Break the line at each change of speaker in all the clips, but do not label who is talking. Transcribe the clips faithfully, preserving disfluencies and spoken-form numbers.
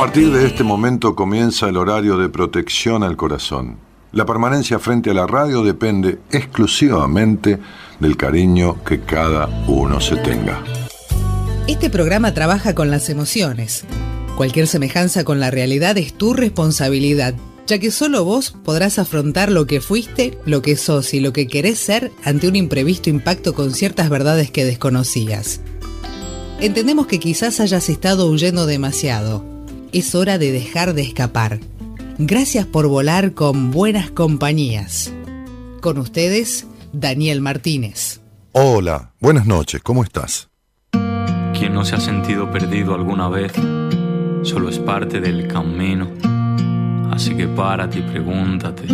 partir de este momento comienza el horario de protección al corazón. La permanencia frente a la radio depende exclusivamente del cariño que cada uno se tenga.
Este programa trabaja con las emociones. Cualquier semejanza con la realidad es tu responsabilidad, ya que solo vos podrás afrontar lo que fuiste, lo que sos y lo que querés ser ante un imprevisto impacto con ciertas verdades que desconocías. Entendemos que quizás hayas estado huyendo demasiado. Es hora de dejar de escapar. Gracias por volar con buenas compañías. Con ustedes, Daniel Martínez.
Hola, buenas noches, ¿cómo estás?
¿Quién no se ha sentido perdido alguna vez? Solo es parte del camino. Así que párate y pregúntate,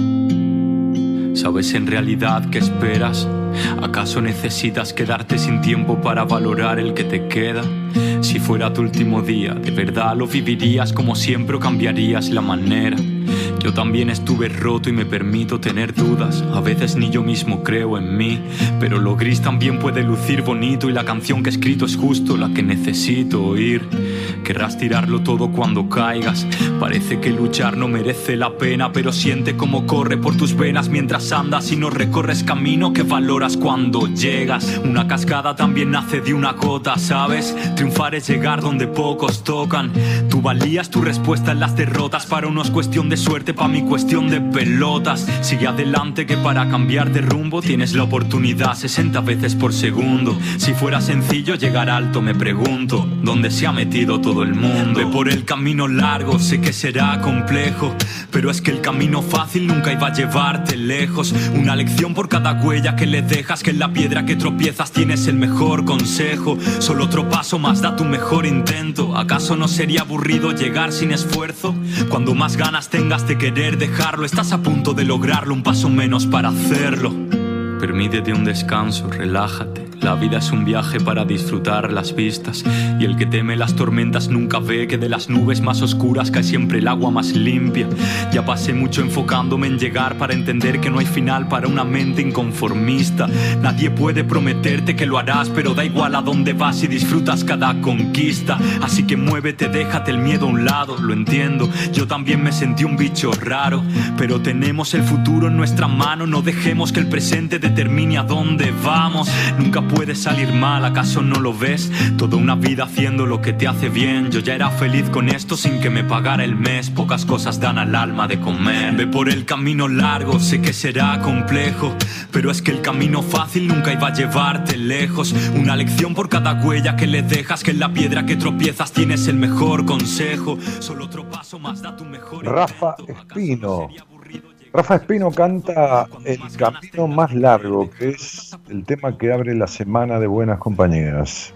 ¿sabes en realidad qué esperas? ¿Acaso necesitas quedarte sin tiempo para valorar el que te queda? Si fuera tu último día, ¿de verdad lo vivirías como siempre o cambiarías la manera? Yo también estuve roto y me permito tener dudas. A veces ni yo mismo creo en mí, pero lo gris también puede lucir bonito y la canción que he escrito es justo la que necesito oír. Querrás tirarlo todo cuando caigas. Parece que luchar no merece la pena, pero siente cómo corre por tus venas mientras andas y no recorres camino que valoras cuando llegas. Una cascada también nace de una gota, ¿sabes? Triunfar es llegar donde pocos tocan. Tu valía es tu respuesta en las derrotas. Para unos cuestión de suerte, pa' mí cuestión de pelotas. Sigue adelante que para cambiar de rumbo tienes la oportunidad sesenta veces por segundo. Si fuera sencillo llegar alto, me pregunto ¿dónde se ha metido todo el mundo? Ve por el camino largo, sé que será complejo, pero es que el camino fácil nunca iba a llevarte lejos. Una lección por cada huella que le dejas, que en la piedra que tropiezas tienes el mejor consejo. Solo otro paso más da tu mejor intento. ¿Acaso no sería aburrido llegar sin esfuerzo? Cuando más ganas tengas de querer dejarlo, estás a punto de lograrlo, un paso menos para hacerlo. Permítete un descanso, relájate. La vida es un viaje para disfrutar las vistas, y el que teme las tormentas nunca ve que de las nubes más oscuras cae siempre el agua más limpia. Ya pasé mucho enfocándome en llegar para entender que no hay final para una mente inconformista. Nadie puede prometerte que lo harás, pero da igual a dónde vas y disfrutas cada conquista. Así que muévete, déjate el miedo a un lado, lo entiendo. Yo también me sentí un bicho raro, pero tenemos el futuro en nuestra mano. No dejemos que el presente determine a dónde vamos. Nunca puede salir mal, ¿acaso no lo ves? Toda una vida haciendo lo que te hace bien. Yo ya era feliz con esto sin que me pagara el mes. Pocas cosas dan al alma de comer. Ve por el camino largo, sé que será complejo, pero es que el camino fácil nunca iba a llevarte lejos. Una lección por cada huella que le dejas, que en la piedra que tropiezas tienes el mejor consejo. Solo otro paso más da tu mejor
Rafa Espino. Rafa Espino canta El camino más largo, que es el tema que abre la semana de Buenas Compañías.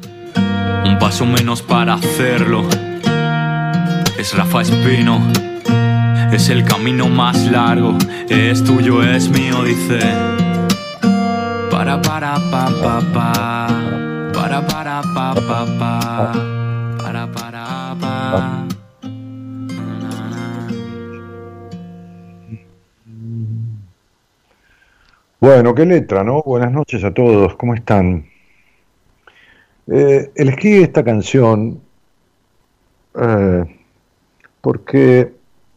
Un paso menos para hacerlo. Es Rafa Espino. Es el camino más largo. Es tuyo, es mío, dice. Para para pa pa pa. Para para pa pa pa. Para para pa.
Bueno, qué letra, ¿no? Buenas noches a todos, ¿cómo están? Eh, elegí esta canción eh, porque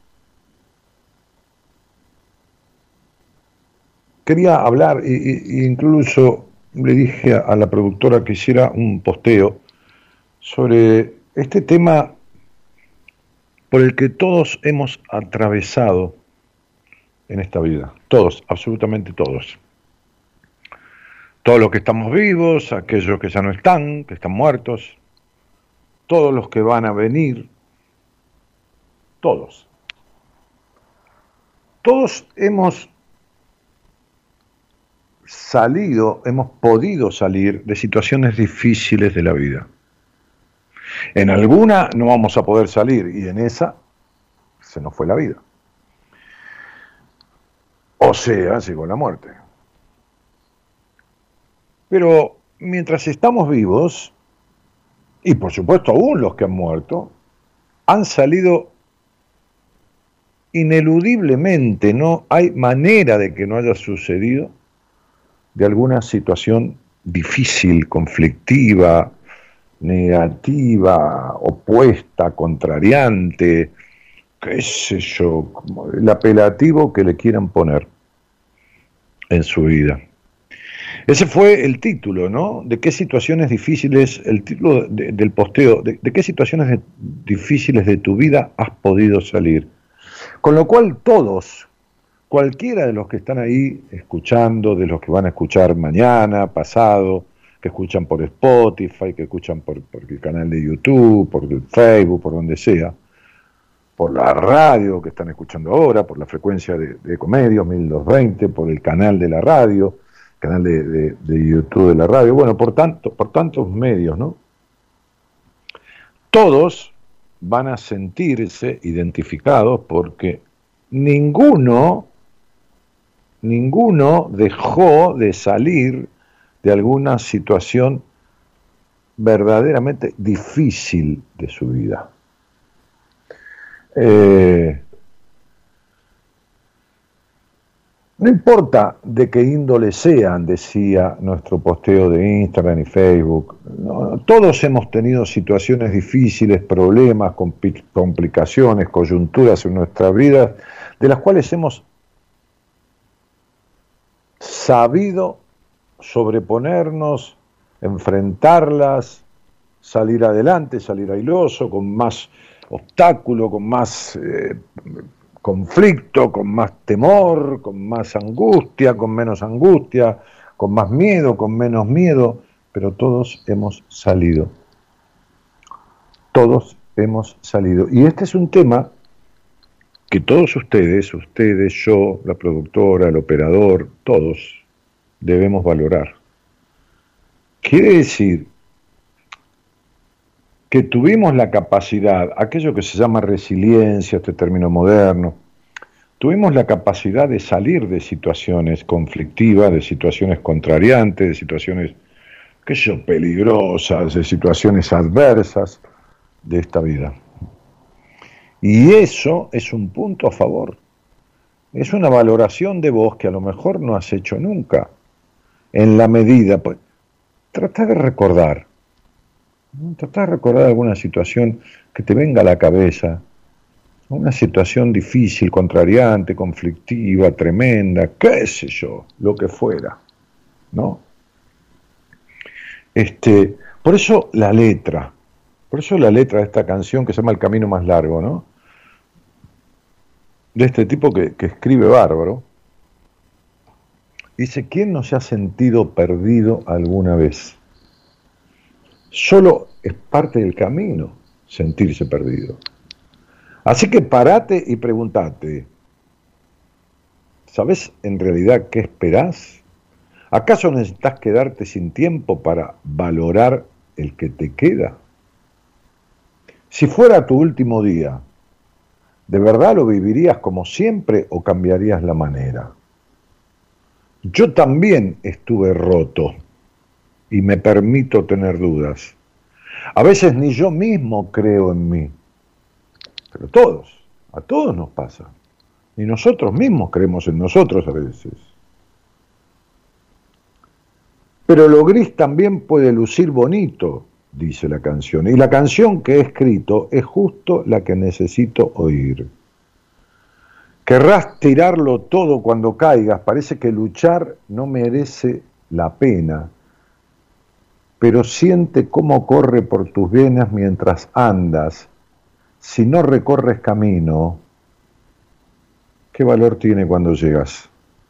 quería hablar, e, e incluso le dije a la productora que hiciera un posteo sobre este tema por el que todos hemos atravesado en esta vida, todos, absolutamente todos. Todos los que estamos vivos, aquellos que ya no están, que están muertos, todos los que van a venir, todos. Todos hemos salido, hemos podido salir de situaciones difíciles de la vida. En alguna no vamos a poder salir y en esa se nos fue la vida. O sea, llegó la muerte. Pero mientras estamos vivos, y por supuesto aún los que han muerto, han salido ineludiblemente, no hay manera de que no haya sucedido, de alguna situación difícil, conflictiva, negativa, opuesta, contrariante, qué sé yo, el apelativo que le quieran poner en su vida. Ese fue el título, ¿no? ¿De qué situaciones difíciles, el título de, del posteo, de, de qué situaciones de, difíciles de tu vida has podido salir? Con lo cual todos, cualquiera de los que están ahí escuchando, de los que van a escuchar mañana, pasado, que escuchan por Spotify, que escuchan por, por el canal de YouTube, por el Facebook, por donde sea, por la radio que están escuchando ahora, por la frecuencia de, de Ecomedios mil doscientos veinte, por el canal de la radio, canal de, de, de YouTube de la radio, bueno, por tanto, por tantos medios, ¿no? Todos van a sentirse identificados porque ninguno, ninguno dejó de salir de alguna situación verdaderamente difícil de su vida. Eh, no importa de qué índole sean, decía nuestro posteo de Instagram y Facebook, no, todos hemos tenido situaciones difíciles, problemas, compl- complicaciones, coyunturas en nuestras vidas, de las cuales hemos sabido sobreponernos, enfrentarlas, salir adelante, salir airoso, con más obstáculo, con más eh, conflicto, con más temor, con más angustia, con menos angustia, con más miedo, con menos miedo, pero todos hemos salido. Todos hemos salido. Y este es un tema que todos ustedes, ustedes, yo, la productora, el operador, todos debemos valorar. Quiere decir que tuvimos la capacidad, aquello que se llama resiliencia, este término moderno, tuvimos la capacidad de salir de situaciones conflictivas, de situaciones contrariantes, de situaciones, qué sé yo, peligrosas, de situaciones adversas de esta vida. Y eso es un punto a favor. Es una valoración de vos que a lo mejor no has hecho nunca. En la medida, pues, trata de recordar, ¿no? Trata de recordar alguna situación que te venga a la cabeza, una situación difícil, contrariante, conflictiva, tremenda, qué sé yo, lo que fuera, ¿no? Este, por eso la letra, por eso la letra de esta canción que se llama El Camino Más Largo, ¿no? De este tipo que, que escribe bárbaro, dice, ¿quién no se ha sentido perdido alguna vez? Solo es parte del camino sentirse perdido. Así que parate y preguntate, ¿sabes en realidad qué esperás? ¿Acaso necesitas quedarte sin tiempo para valorar el que te queda? Si fuera tu último día, ¿de verdad lo vivirías como siempre o cambiarías la manera? Yo también estuve roto y me permito tener dudas. A veces ni yo mismo creo en mí, pero todos, a todos nos pasa. Y nosotros mismos creemos en nosotros a veces. Pero lo gris también puede lucir bonito, dice la canción. Y la canción que he escrito es justo la que necesito oír. Querrás tirarlo todo cuando caigas, parece que luchar no merece la pena, pero siente cómo corre por tus venas mientras andas. Si no recorres camino, ¿qué valor tiene cuando llegas?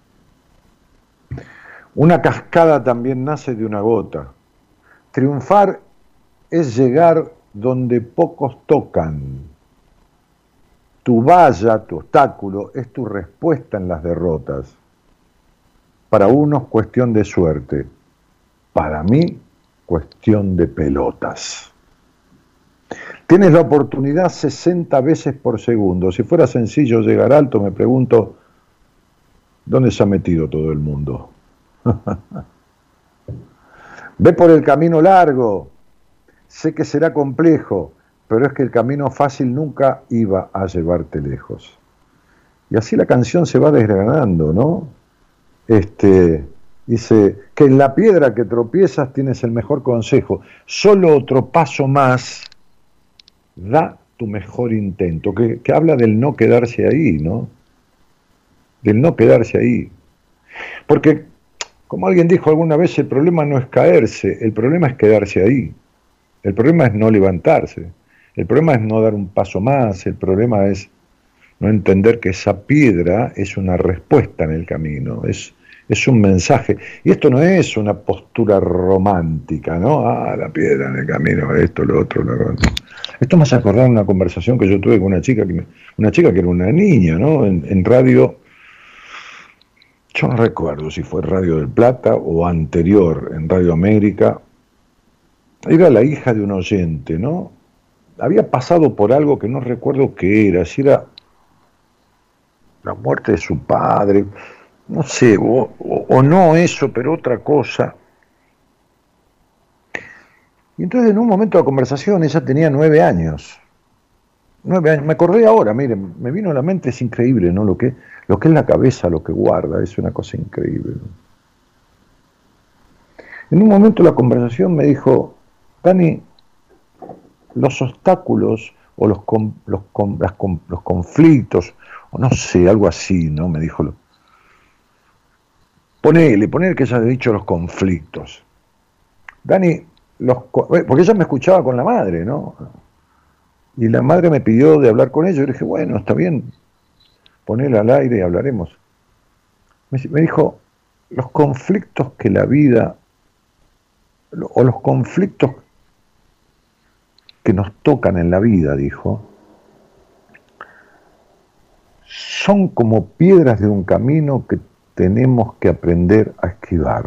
Una cascada también nace de una gota. Triunfar es llegar donde pocos tocan. Tu valla, tu obstáculo, es tu respuesta en las derrotas. Para unos, cuestión de suerte. Para mí, cuestión de pelotas. Tienes la oportunidad sesenta veces por segundo. Si fuera sencillo llegar alto, me pregunto, ¿dónde se ha metido todo el mundo? Ve por el camino largo. Sé que será complejo, pero es que el camino fácil nunca iba a llevarte lejos. Y así la canción se va desgranando, ¿no? Este, dice, que en la piedra que tropiezas tienes el mejor consejo. Solo otro paso más da tu mejor intento, que, que habla del no quedarse ahí, ¿no? Del no quedarse ahí. Porque, como alguien dijo alguna vez, el problema no es caerse, el problema es quedarse ahí. El problema es no levantarse, el problema es no dar un paso más, el problema es no entender que esa piedra es una respuesta en el camino, es, es un mensaje. Y esto no es una postura romántica, ¿no? Ah, la piedra en el camino, esto, lo otro, lo otro. Esto me hace acordar una conversación que yo tuve con una chica, que me, una chica que era una niña, ¿no? En, en radio, yo no recuerdo si fue Radio del Plata o anterior, en Radio América. Era la hija de un oyente, ¿no? Había pasado por algo que no recuerdo qué era, si era la muerte de su padre, no sé, o, o, o no eso, pero otra cosa. Y entonces en un momento de la conversación ella tenía nueve años. Nueve años. Me acordé ahora, miren, me vino a la mente, es increíble, ¿no? Lo que, lo que es la cabeza, lo que guarda, es una cosa increíble, ¿no? En un momento de la conversación me dijo: Dani, los obstáculos o los, con, los, con, las, con, los conflictos, o no sé, algo así, ¿no? Me dijo. Ponele, ponele que ella había dicho los conflictos. Dani, los, porque ella me escuchaba con la madre, ¿no? Y la madre me pidió de hablar con ella, y le dije, bueno, está bien, ponele al aire y hablaremos. Me, me dijo, los conflictos que la vida, o los conflictos que nos tocan en la vida, dijo, son como piedras de un camino que tenemos que aprender a esquivar.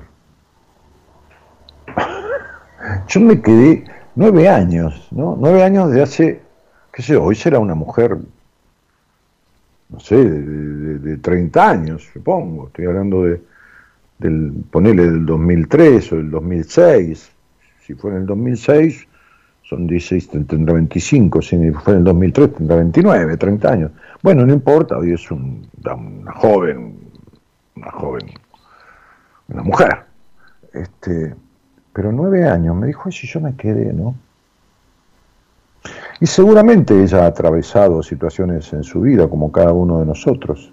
Yo me quedé nueve años, ¿no? Nueve años de hace, qué sé yo, hoy será una mujer, no sé, de, de, de treinta años, supongo. Estoy hablando de, del, ponele del dos mil tres o del dos mil seis. Si fue en el dos mil seis, son dieciséis, tendrá veinticinco. Si fue en el dos mil tres, tendrá veintinueve, treinta años. Bueno, no importa, hoy es un, una joven, una joven, una mujer. Este, pero nueve años, me dijo, si yo me quedé, ¿no? Y seguramente ella ha atravesado situaciones en su vida, como cada uno de nosotros,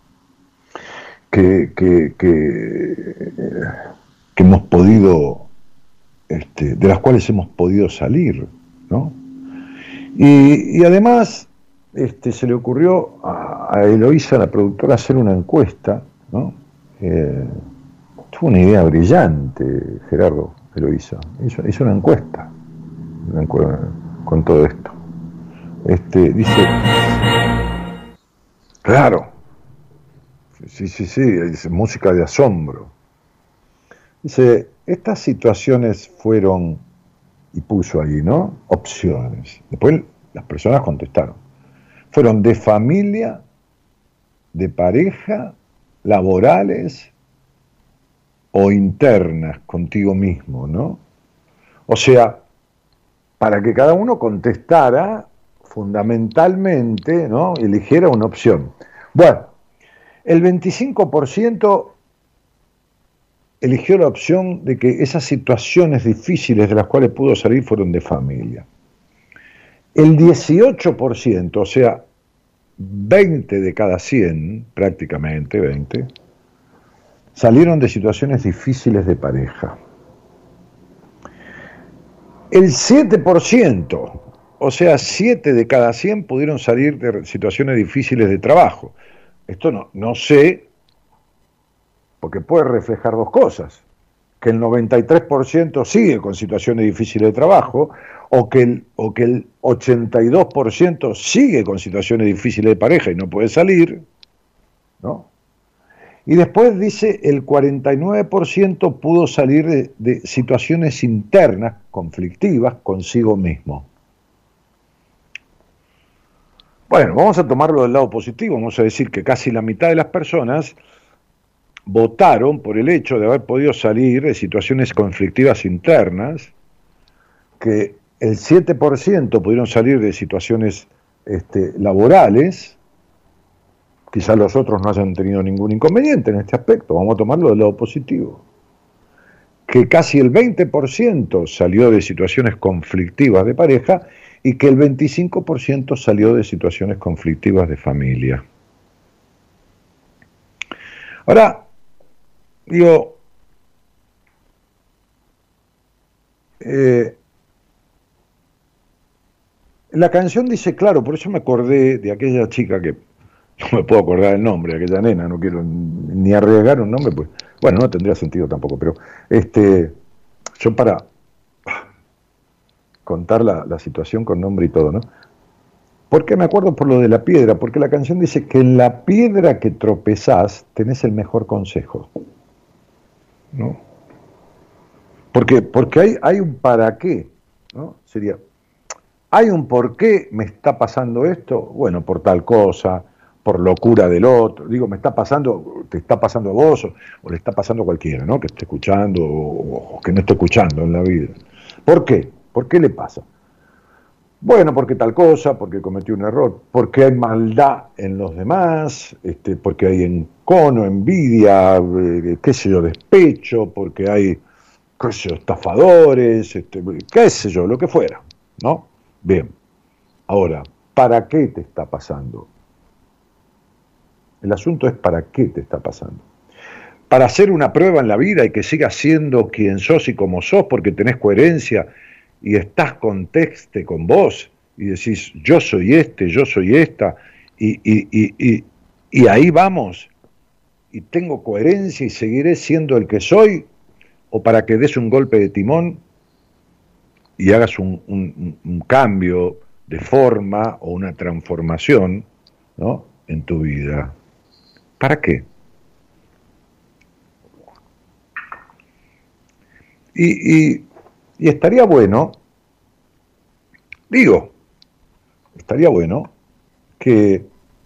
que, que, que, que hemos podido, este, de las cuales hemos podido salir, ¿no? Y, y además este, se le ocurrió a, a Eloísa, la productora, hacer una encuesta, ¿no? Eh, tuvo una idea brillante, Gerardo, Eloísa, hizo, hizo una encuesta, una encuesta con todo esto. Este, dice, claro, sí, sí, sí, dice, música de asombro. Dice, estas situaciones fueron, y puso ahí, ¿no? Opciones. Después las personas contestaron. Fueron de familia, de pareja, laborales o internas contigo mismo, ¿no? O sea, para que cada uno contestara fundamentalmente, ¿no? Eligiera una opción. Bueno, el veinticinco por ciento eligió la opción de que esas situaciones difíciles de las cuales pudo salir fueron de familia. El dieciocho por ciento, o sea, veinte de cada cien, prácticamente veinte, salieron de situaciones difíciles de pareja. El siete por ciento, o sea, siete de cada cien pudieron salir de situaciones difíciles de trabajo. Esto no, no sé, porque puede reflejar dos cosas, que el noventa y tres por ciento sigue con situaciones difíciles de trabajo, o que el, o que el ochenta y dos por ciento sigue con situaciones difíciles de pareja y no puede salir, ¿no? Y después dice el cuarenta y nueve por ciento pudo salir de, de situaciones internas, conflictivas, consigo mismo. Bueno, vamos a tomarlo del lado positivo, vamos a decir que casi la mitad de las personas votaron por el hecho de haber podido salir de situaciones conflictivas internas, que el siete por ciento pudieron salir de situaciones este, laborales. Quizás los otros no hayan tenido ningún inconveniente en este aspecto, vamos a tomarlo del lado positivo. que casi el veinte por ciento salió de situaciones conflictivas de pareja y que el veinticinco por ciento salió de situaciones conflictivas de familia. Ahora, digo, eh, la canción dice, claro, por eso me acordé de aquella chica que no me puedo acordar el nombre, aquella nena, no quiero ni arriesgar un nombre, pues, bueno, no tendría sentido tampoco, pero este, yo para contar la, la situación con nombre y todo, ¿no? ¿Por qué me acuerdo? Por lo de la piedra, porque la canción dice que en la piedra que tropezás tenés el mejor consejo, ¿no? Porque, porque hay, hay un para qué, ¿no? Sería, hay un por qué me está pasando esto, bueno, por tal cosa, por locura del otro, digo, me está pasando, te está pasando a vos, o, o le está pasando a cualquiera, ¿no? Que esté escuchando o, o que no esté escuchando en la vida. ¿Por qué? ¿Por qué le pasa? Bueno, porque tal cosa, porque cometió un error, porque hay maldad en los demás, este, porque hay encono, envidia, eh, qué sé yo, despecho, porque hay, qué sé yo, estafadores, este, qué sé yo, lo que fuera, ¿no? Bien, ahora, ¿para qué te está pasando? El asunto es ¿para qué te está pasando? Para hacer una prueba en la vida y que sigas siendo quien sos y como sos porque tenés coherencia y estás contexte con vos y decís yo soy este, yo soy esta y, y, y, y, y ahí vamos y tengo coherencia y seguiré siendo el que soy, o para que des un golpe de timón y hagas un, un, un cambio de forma o una transformación, ¿no?, en tu vida. ¿Para qué? Y, y, y estaría bueno, digo, estaría bueno que,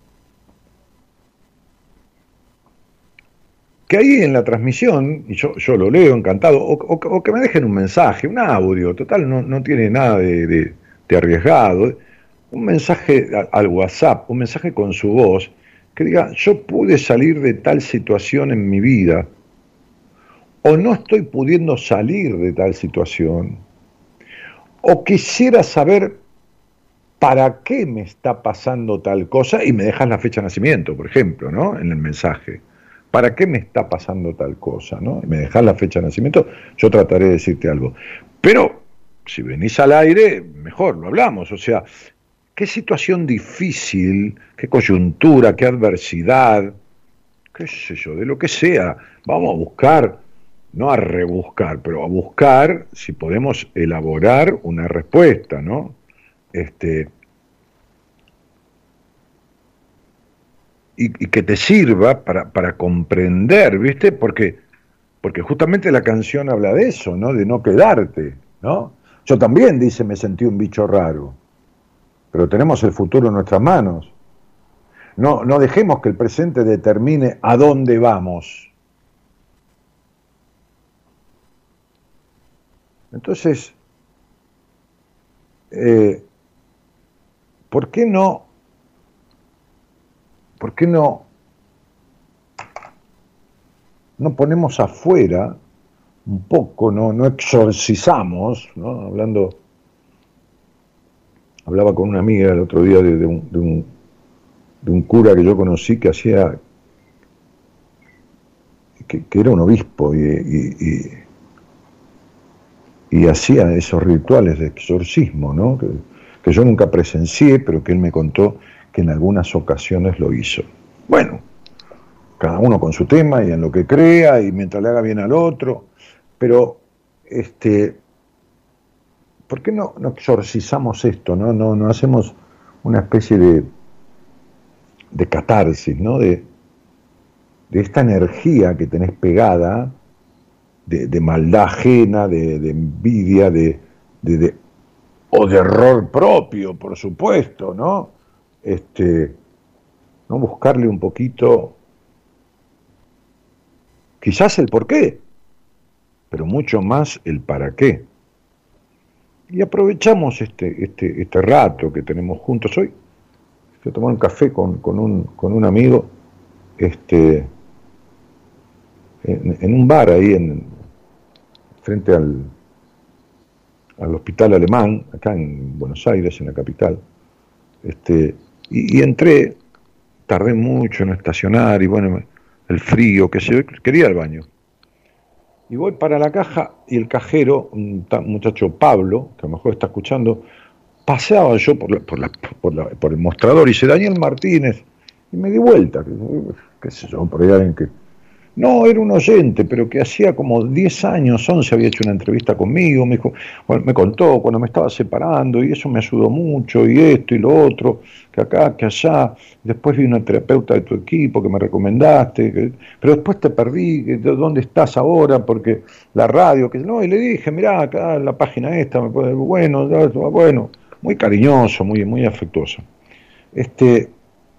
que ahí en la transmisión, y yo, yo lo leo encantado, o, o, o que me dejen un mensaje, un audio, total, no, no tiene nada de, de, de arriesgado, un mensaje al WhatsApp, un mensaje con su voz, que diga, yo pude salir de tal situación en mi vida, o no estoy pudiendo salir de tal situación, o quisiera saber para qué me está pasando tal cosa, y me dejas la fecha de nacimiento, por ejemplo, ¿no?, en el mensaje. ¿Para qué me está pasando tal cosa, ¿no? Y me dejas la fecha de nacimiento, yo trataré de decirte algo. Pero, si venís al aire, mejor, lo hablamos, o sea, qué situación difícil, qué coyuntura, qué adversidad, qué sé yo, de lo que sea, vamos a buscar, no a rebuscar, pero a buscar si podemos elaborar una respuesta, ¿no? Este, y, y que te sirva para, para comprender, ¿viste? Porque, porque justamente la canción habla de eso, ¿no? De no quedarte, ¿no? Yo también, dice, me sentí un bicho raro. Pero tenemos el futuro en nuestras manos. No, no dejemos que el presente determine a dónde vamos. Entonces, eh, ¿por qué no, por qué no, no ponemos afuera un poco, no, no exorcizamos, ¿no? Hablando... Hablaba con una amiga el otro día de, de, un, de, un, de un cura que yo conocí que hacía, que, que era un obispo y, y, y, y hacía esos rituales de exorcismo, ¿no? Que, que yo nunca presencié, pero que él me contó que en algunas ocasiones lo hizo. Bueno, cada uno con su tema y en lo que crea y mientras le haga bien al otro, pero este... ¿por qué no, no exorcizamos esto? ¿no? No, no hacemos una especie de, de catarsis, ¿no? De, de esta energía que tenés pegada, de, de maldad ajena, de, de envidia, de, de, de, o de error propio, por supuesto, ¿no? Este, no buscarle un poquito, quizás el por qué, pero mucho más el para qué. Y aprovechamos este, este, este rato que tenemos juntos hoy. Fui a tomar un café con, con, un, con un amigo este, en, en un bar ahí en frente al, al hospital alemán, acá en Buenos Aires, en la capital. Este, y, y entré, tardé mucho en estacionar, y bueno, el frío, que se quería ir al baño. Y voy para la caja, y el cajero, un muchacho Pablo, que a lo mejor está escuchando, paseaba yo por, la, por, la, por, la, por el mostrador, y dice, Daniel Martínez, y me di vuelta, qué sé yo, por ahí alguien que... No, era un oyente, pero que hacía como diez años, once, había hecho una entrevista conmigo, me dijo, bueno, me contó cuando me estaba separando, y eso me ayudó mucho, y esto y lo otro, que acá, que allá, después vi una terapeuta de tu equipo que me recomendaste, que, pero después te perdí, que, ¿dónde estás ahora? Porque la radio, que no, y le dije, mirá, acá en la página esta, me puede, bueno, bueno, muy cariñoso, muy, muy afectuoso. Este,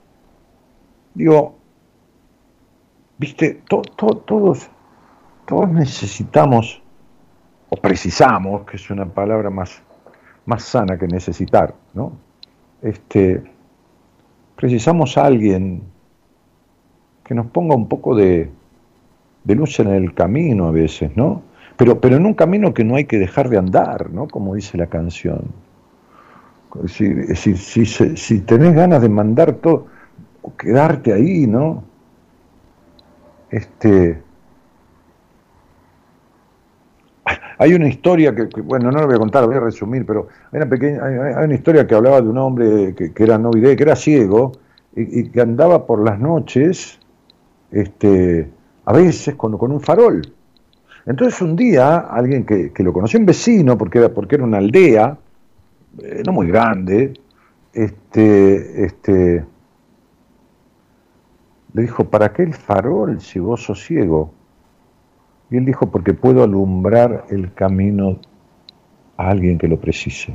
digo, viste, to, to, todos, todos necesitamos, o precisamos, que es una palabra más, más sana que necesitar, ¿no? Este, precisamos a alguien que nos ponga un poco de, de luz en el camino a veces, ¿no? Pero, pero en un camino que no hay que dejar de andar, ¿no? Como dice la canción. Si, si, si, si, si tenés ganas de mandar todo, o quedarte ahí, ¿no? Este, hay una historia que, que, bueno, no la voy a contar, la voy a resumir, pero hay una pequeña, hay, hay una historia que hablaba de un hombre que, que era no vidente, que era ciego, y, y que andaba por las noches, este, a veces con, con un farol. Entonces un día, alguien que, que lo conoció, un vecino, porque era, porque era una aldea, eh, no muy grande, este, este, le dijo, ¿para qué el farol si vos sos ciego? Y él dijo, porque puedo alumbrar el camino a alguien que lo precise.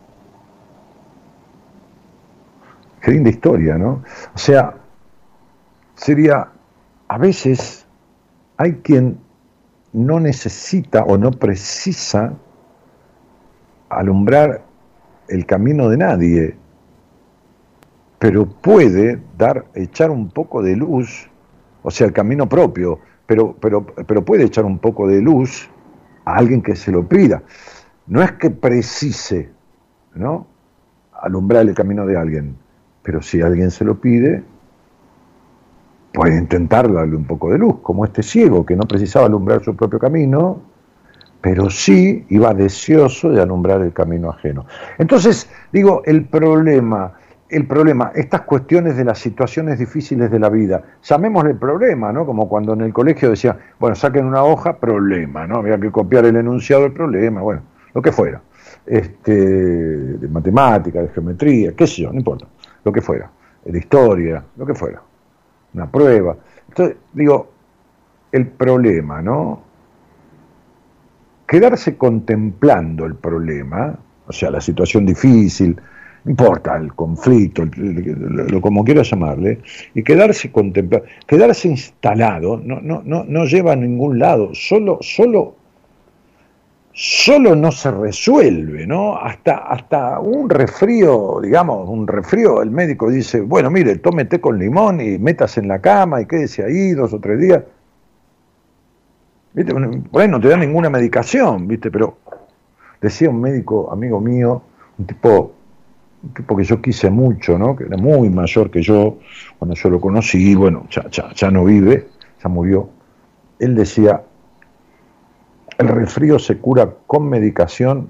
Qué linda historia, ¿no? O sea, sería, a veces hay quien no necesita o no precisa alumbrar el camino de nadie, pero puede dar, echar un poco de luz, o sea, el camino propio, pero, pero, pero puede echar un poco de luz a alguien que se lo pida. No es que precise, ¿no?, alumbrar el camino de alguien, pero si alguien se lo pide, puede intentar darle un poco de luz, como este ciego que no precisaba alumbrar su propio camino, pero sí iba deseoso de alumbrar el camino ajeno. Entonces, digo, el problema... El problema, estas cuestiones de las situaciones difíciles de la vida, llamémosle problema, ¿no? Como cuando en el colegio decían, bueno, saquen una hoja, problema, ¿no? Había que copiar el enunciado del problema, bueno, lo que fuera. Este, de matemática, de geometría, qué sé yo, no importa, lo que fuera, de historia, lo que fuera, una prueba. Entonces, digo, el problema, ¿no? Quedarse contemplando el problema, o sea, la situación difícil, no importa, el conflicto, el, el, lo como quiera llamarle, y quedarse contemplado, quedarse instalado, no, no, no, no lleva a ningún lado, solo, solo, solo no se resuelve, ¿no? Hasta, hasta un resfrío, digamos, un resfrío, el médico dice, bueno, mire, tome té con limón y métase en la cama y quédese ahí dos o tres días. ¿Viste? Por ahí no te da ninguna medicación, ¿viste? Pero decía un médico, amigo mío, un tipo... un tipo que yo quise mucho, ¿no?, que era muy mayor que yo, cuando yo lo conocí, bueno, ya, ya, ya no vive, ya murió. Él decía, el resfrío se cura con medicación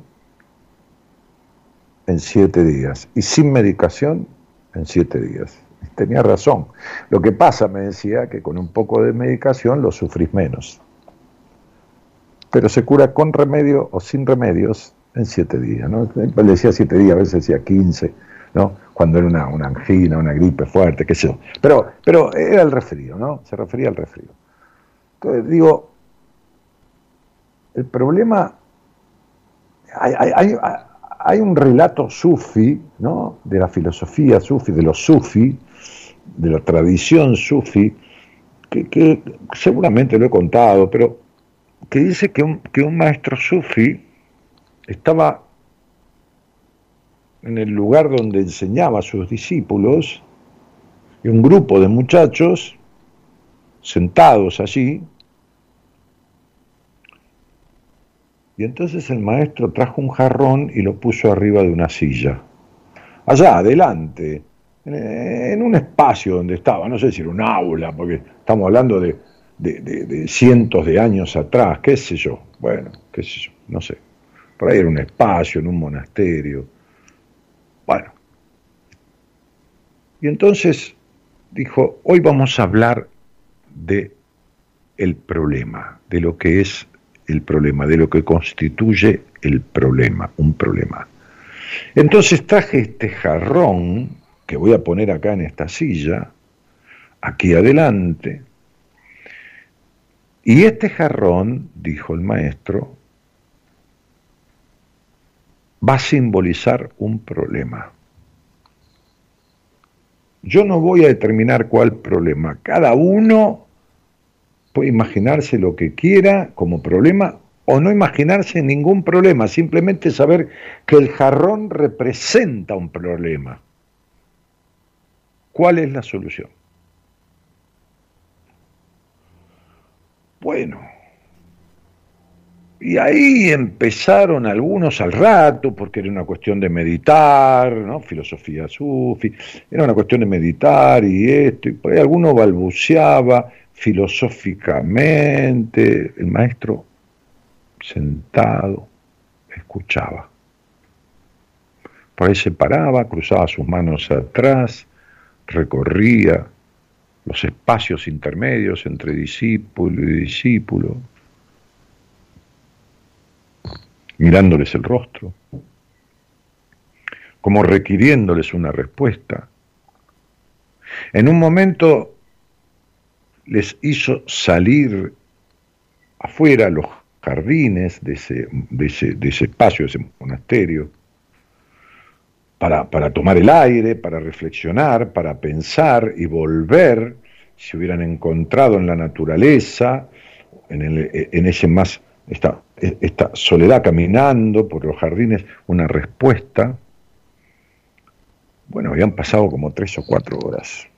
en siete días, y sin medicación en siete días. Y tenía razón. Lo que pasa, me decía, que con un poco de medicación lo sufrís menos. Pero se cura con remedio o sin remedios en siete días, ¿no? Él decía siete días, a veces decía quince, ¿no? Cuando era una, una angina, una gripe fuerte, qué sé yo. Pero, pero era el resfrío, ¿no? Se refería al resfrío. Entonces, digo, el problema, hay, hay, hay, hay un relato sufi, ¿no?, de la filosofía sufi, de los sufi, de la tradición sufi, que, que seguramente lo he contado, pero que dice que un, que un maestro sufi estaba en el lugar donde enseñaba a sus discípulos, y un grupo de muchachos sentados allí, Y entonces el maestro trajo un jarrón y lo puso arriba de una silla. Allá, adelante, en un espacio donde estaba, no sé si era un aula, porque estamos hablando de, de, de, de cientos de años atrás, qué sé yo, bueno, qué sé yo, no sé. Por ahí era un espacio, en un monasterio. Bueno. Y entonces dijo, hoy vamos a hablar de el problema, de lo que es el problema, de lo que constituye el problema, un problema. Entonces traje este jarrón, que voy a poner acá en esta silla, aquí adelante, y este jarrón, dijo el maestro, va a simbolizar un problema. Yo no voy a determinar cuál problema, cada uno puede imaginarse lo que quiera como problema o no imaginarse ningún problema, simplemente saber que el jarrón representa un problema. ¿Cuál es la solución? Bueno, y ahí empezaron algunos al rato, porque era una cuestión de meditar, ¿no? Filosofía sufi, era una cuestión de meditar y esto, y por ahí alguno balbuceaba filosóficamente, el maestro sentado escuchaba. Por ahí se paraba, cruzaba sus manos atrás, recorría los espacios intermedios entre discípulo y discípulo, mirándoles el rostro, como requiriéndoles una respuesta. En un momento les hizo salir afuera a los jardines de ese, de ese, de ese espacio, de ese monasterio, para, para tomar el aire, para reflexionar, para pensar y volver, si hubieran encontrado en la naturaleza, en, el, en ese más, esta, esta soledad caminando por los jardines, una respuesta. Bueno, habían pasado como tres o cuatro horas.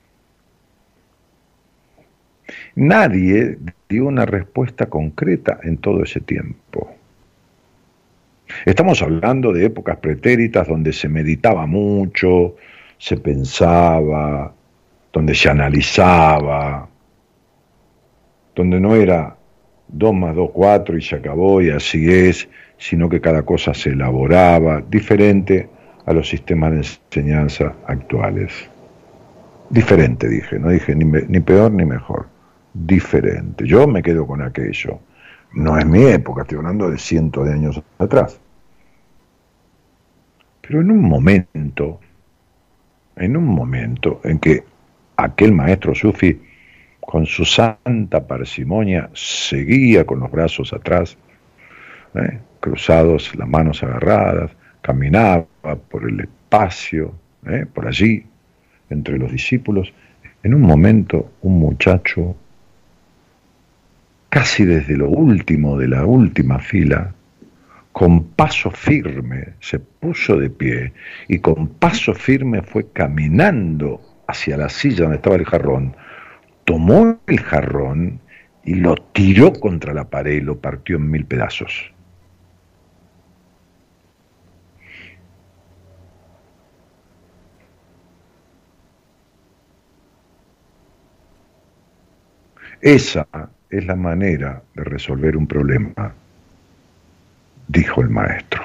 Nadie dio una respuesta concreta en todo ese tiempo. Estamos hablando de épocas pretéritas donde se meditaba mucho, se pensaba, donde se analizaba, donde no era dos más dos, cuatro y se acabó y así es, sino que cada cosa se elaboraba, diferente a los sistemas de enseñanza actuales. Diferente, dije, no dije ni, me, ni peor ni mejor, diferente. Yo me quedo con aquello. No es mi época, estoy hablando de cientos de años atrás. Pero en un momento, en un momento en que aquel maestro sufi, con su santa parsimonia, seguía con los brazos atrás, ¿eh? cruzados, las manos agarradas, caminaba por el espacio, ¿eh? por allí, entre los discípulos. En un momento, un muchacho, casi desde lo último de la última fila, con paso firme se puso de pie y con paso firme fue caminando hacia la silla donde estaba el jarrón, tomó el jarrón y lo tiró contra la pared y lo partió en mil pedazos. Esa es la manera de resolver un problema, dijo el maestro.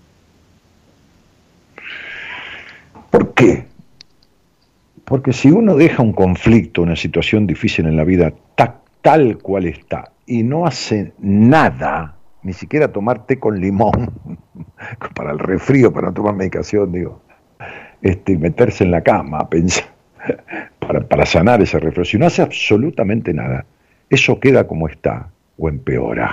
¿Por qué? Porque si uno deja un conflicto, una situación difícil en la vida ta, tal cual está, y no hace nada, ni siquiera tomar té con limón, para el resfrío, para no tomar medicación, digo, este, meterse en la cama a pensar, para, para sanar ese resfrío, si no hace absolutamente nada, eso queda como está o empeora.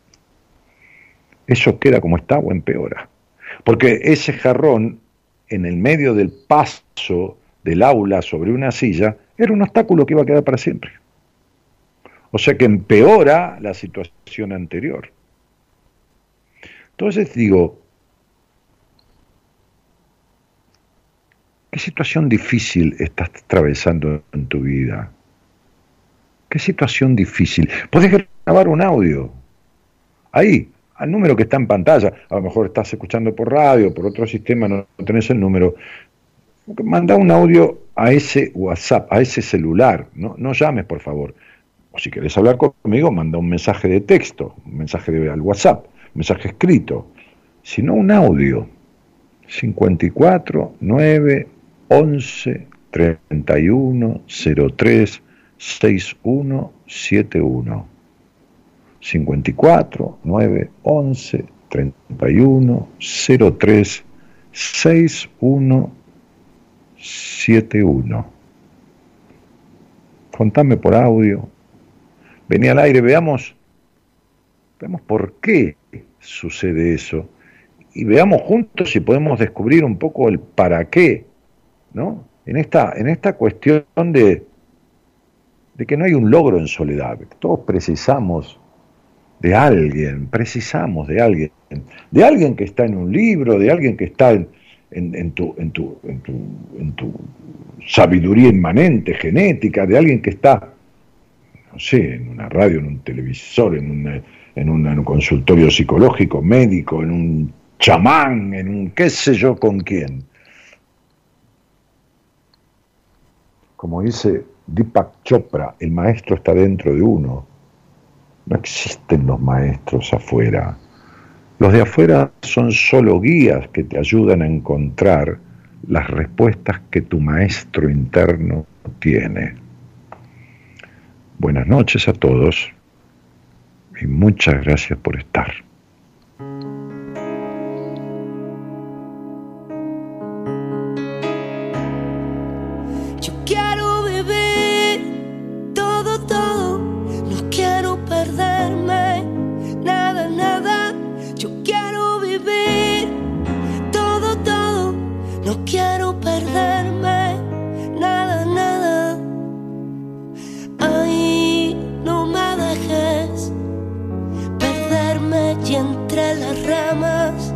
Eso queda como está o empeora. Porque ese jarrón, en el medio del paso del aula sobre una silla, era un obstáculo que iba a quedar para siempre. O sea que empeora la situación anterior. Entonces digo, ¿qué situación difícil estás atravesando en tu vida? ¿Qué situación difícil? Podés grabar un audio. Ahí, al número que está en pantalla. A lo mejor estás escuchando por radio, por otro sistema, no tenés el número. Manda un audio a ese WhatsApp, a ese celular, no, no llames, por favor. O si querés hablar conmigo, manda un mensaje de texto, un mensaje de, al WhatsApp, un mensaje escrito, sino un audio. cincuenta y cuatro, nueve, once, treinta y uno, cero tres, sesenta y uno, setenta y uno. cincuenta y cuatro, nueve, once, treinta y uno, cero tres, sesenta y uno, setenta y uno. Contame por audio. Vení al aire, veamos, veamos por qué sucede eso. Y veamos juntos si podemos descubrir un poco el para qué, ¿no? En esta, en esta cuestión de, de que no hay un logro en soledad. Todos precisamos de alguien, precisamos de alguien, de alguien que está en un libro, de alguien que está en, en, en, tu, en, tu, en, tu, en tu sabiduría inmanente, genética, de alguien que está, no sé, en una radio, en un televisor, en, una, en, una, en un consultorio psicológico, médico, en un chamán, en un qué sé yo con quién. Como dice Deepak Chopra, el maestro está dentro de uno. No existen los maestros afuera. Los de afuera son solo guías que te ayudan a encontrar las respuestas que tu maestro interno tiene. Buenas noches a todos y muchas gracias por estar.
Yo quiero vivir todo, todo, no quiero perderme nada, nada. Yo quiero vivir todo, todo, no quiero perderme nada, nada. Ay, no me dejes perderme y entre las ramas.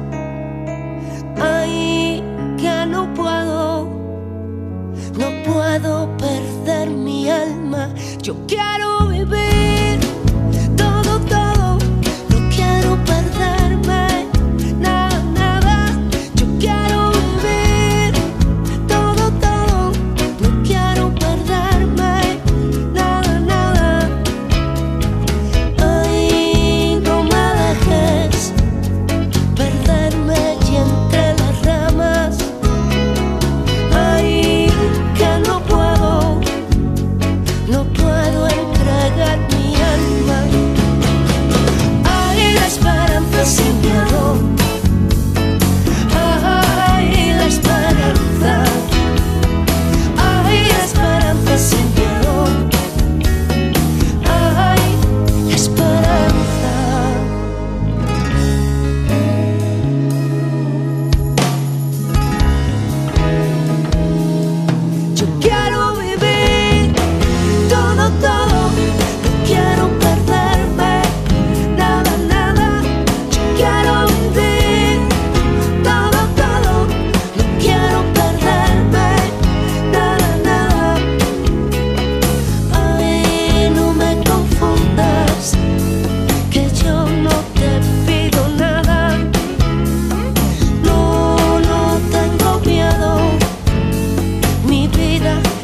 Ay, que no puedo, no puedo perder mi alma. Yo quiero vivir todo, todo, no quiero perderme nada, nada. Yo quiero vivir todo, todo, no quiero perderme nada, nada. Ay, no me dejes perderme y entre las ramas. Ay, que no puedo, no puedo entregar mi alma. Ay, la esperanza sin miedo. Ay, la esperanza. Ay, la esperanza sin miedo. Ay, la esperanza. Yo quiero vivir todo, todo, no quiero perderme nada, nada. Yo quiero vivir todo, todo, no quiero perderme nada, nada. Ay, no me confundas, que yo no te pido nada. No, no tengo miedo. Mi vida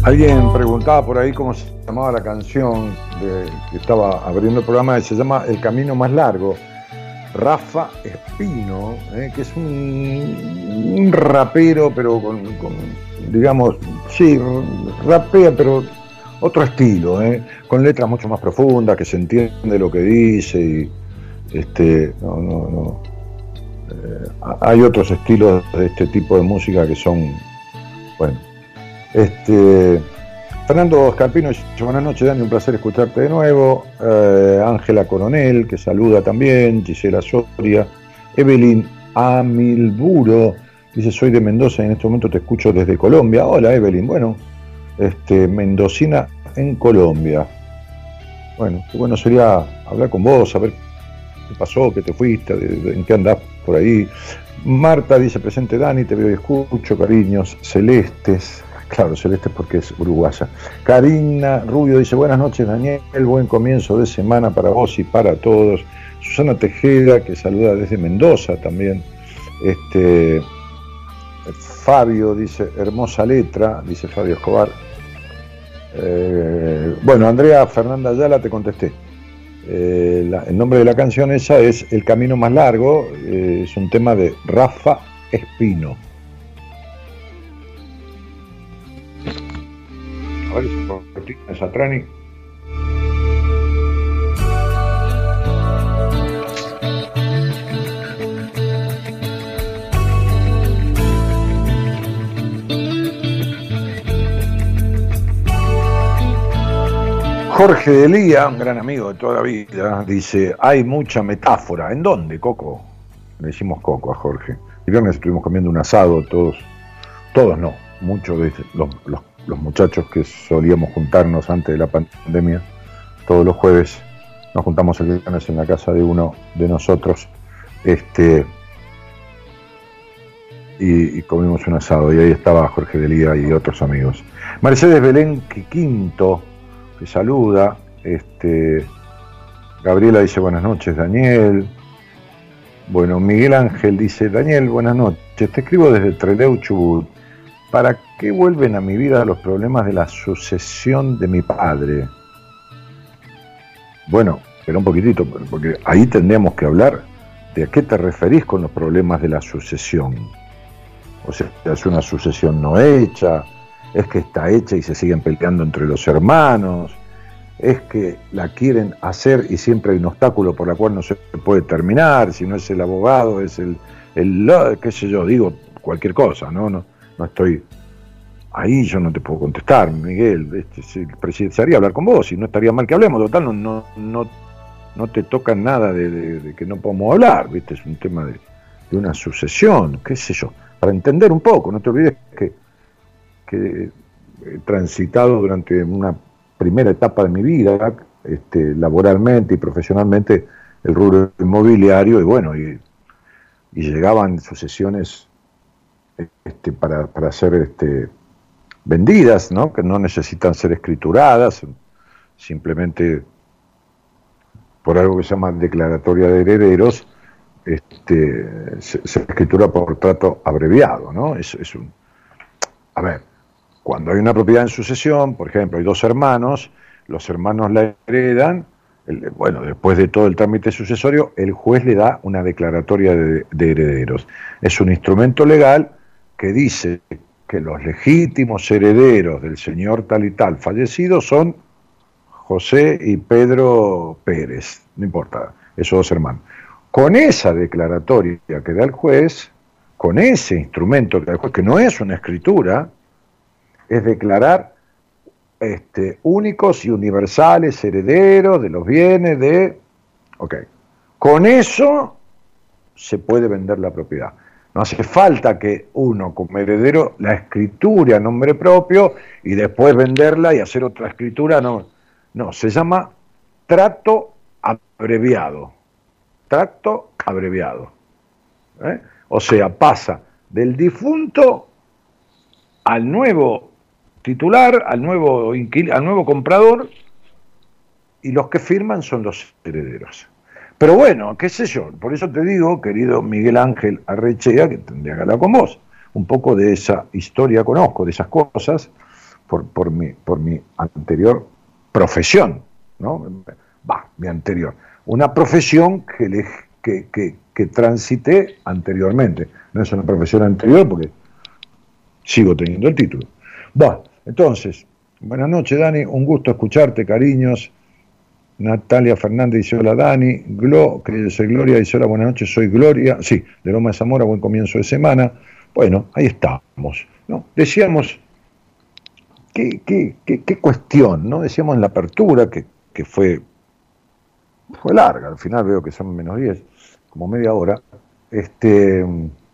Alguien preguntaba por ahí cómo se llamaba la canción de, que estaba abriendo el programa, se llama El Camino Más Largo. Rafa Espino, eh, que es un, un rapero, pero con, con, digamos, sí, rapea, pero otro estilo, eh, con letras mucho más profundas, que se entiende lo que dice y, este, no, no, no. Eh, hay otros estilos de este tipo de música que son, bueno, este... Fernando Scarpino dice: buenas noches, Dani, un placer escucharte de nuevo. eh, Ángela Coronel, que saluda también. Gisela Soria. Evelyn Amilburo dice: soy de Mendoza y en este momento te escucho desde Colombia. Hola, Evelyn. Bueno, este, mendocina en Colombia. Bueno, qué bueno sería hablar con vos, saber qué pasó, qué te fuiste, de, de, en qué andás por ahí. Marta dice: presente, Dani, te veo y escucho, cariños celestes. Claro, celeste porque es uruguaya. Karina Rubio dice: buenas noches, Daniel, buen comienzo de semana para vos y para todos. Susana Tejeda, que saluda desde Mendoza también. Este, Fabio dice: hermosa letra, dice Fabio Escobar. Eh, bueno, Andrea Fernanda Ayala, te contesté. Eh, la, el nombre de la canción esa es El Camino Más Largo, eh, es un tema de Rafa Espino. A ver si cortina esa Trani. Jorge Delía, un gran amigo de toda la vida, dice: hay mucha metáfora. ¿En dónde, Coco? Le decimos Coco a Jorge. El viernes estuvimos comiendo un asado, todos, todos no, muchos de los, los los muchachos que solíamos juntarnos antes de la pandemia, todos los jueves nos juntamos el viernes en la casa de uno de nosotros, este, y, y comimos un asado, y ahí estaba Jorge Delía y otros amigos. Mercedes Belén Quiquinto, que saluda, este, Gabriela dice: buenas noches, Daniel. Bueno, Miguel Ángel dice: Daniel, buenas noches, te escribo desde Trelew, Chubut. ¿Para qué vuelven a mi vida los problemas de la sucesión de mi padre? Bueno, espera un poquitito, porque ahí tendríamos que hablar de a qué te referís con los problemas de la sucesión. O sea, es una sucesión no hecha, es que está hecha y se siguen peleando entre los hermanos, es que la quieren hacer y siempre hay un obstáculo por el cual no se puede terminar, si no es el abogado, es el, el qué sé yo, digo cualquier cosa, ¿no? No No estoy ahí, yo no te puedo contestar, Miguel. Este, si precisaría hablar con vos y no estaría mal que hablemos. Total, no, no, no, no te toca nada de, de, de que no podamos hablar, ¿viste? Es un tema de, de una sucesión, qué sé yo, para entender un poco. No te olvides que, que he transitado durante una primera etapa de mi vida, este, laboralmente y profesionalmente, el rubro inmobiliario, y bueno, y, y llegaban sucesiones Este, para, para ser este, vendidas, ¿no? Que no necesitan ser escrituradas, simplemente por algo que se llama declaratoria de herederos, este, se, se escritura por trato abreviado, ¿no? Es, es un, a ver, cuando hay una propiedad en sucesión, por ejemplo, hay dos hermanos, los hermanos la heredan, el, bueno, después de todo el trámite sucesorio, el juez le da una declaratoria de, de herederos. Es un instrumento legal que dice que los legítimos herederos del señor tal y tal fallecido son José y Pedro Pérez, no importa, esos dos hermanos. Con esa declaratoria que da el juez, con ese instrumento que da el juez, que no es una escritura, es declarar este, únicos y universales herederos de los bienes de... Ok, con eso se puede vender la propiedad. No hace falta que uno como heredero la escriture a nombre propio y después venderla y hacer otra escritura. No, no, se llama trato abreviado. Trato abreviado. ¿Eh? O sea, pasa del difunto al nuevo titular, al nuevo inquil- al nuevo comprador, y los que firman son los herederos. Pero bueno, qué sé yo, por eso te digo, querido Miguel Ángel Arrechea, que tendría que hablar con vos, un poco de esa historia conozco, de esas cosas, por, por, mi, por mi anterior profesión, ¿no? Va, mi anterior. Una profesión que, le, que, que, que transité anteriormente. No es una profesión anterior porque sigo teniendo el título. Bueno, entonces, buenas noches, Dani, un gusto escucharte, cariños. Natalia Fernández dice hola, Dani. Glo, que soy Gloria, dice hola, buenas noches, soy Gloria. Sí, de Loma de Zamora, buen comienzo de semana. Bueno, ahí estamos, ¿no? Decíamos, ¿qué, qué, qué, qué cuestión, ¿no? Decíamos en la apertura, que, que fue, fue larga, al final veo que son menos diez, como media hora, este...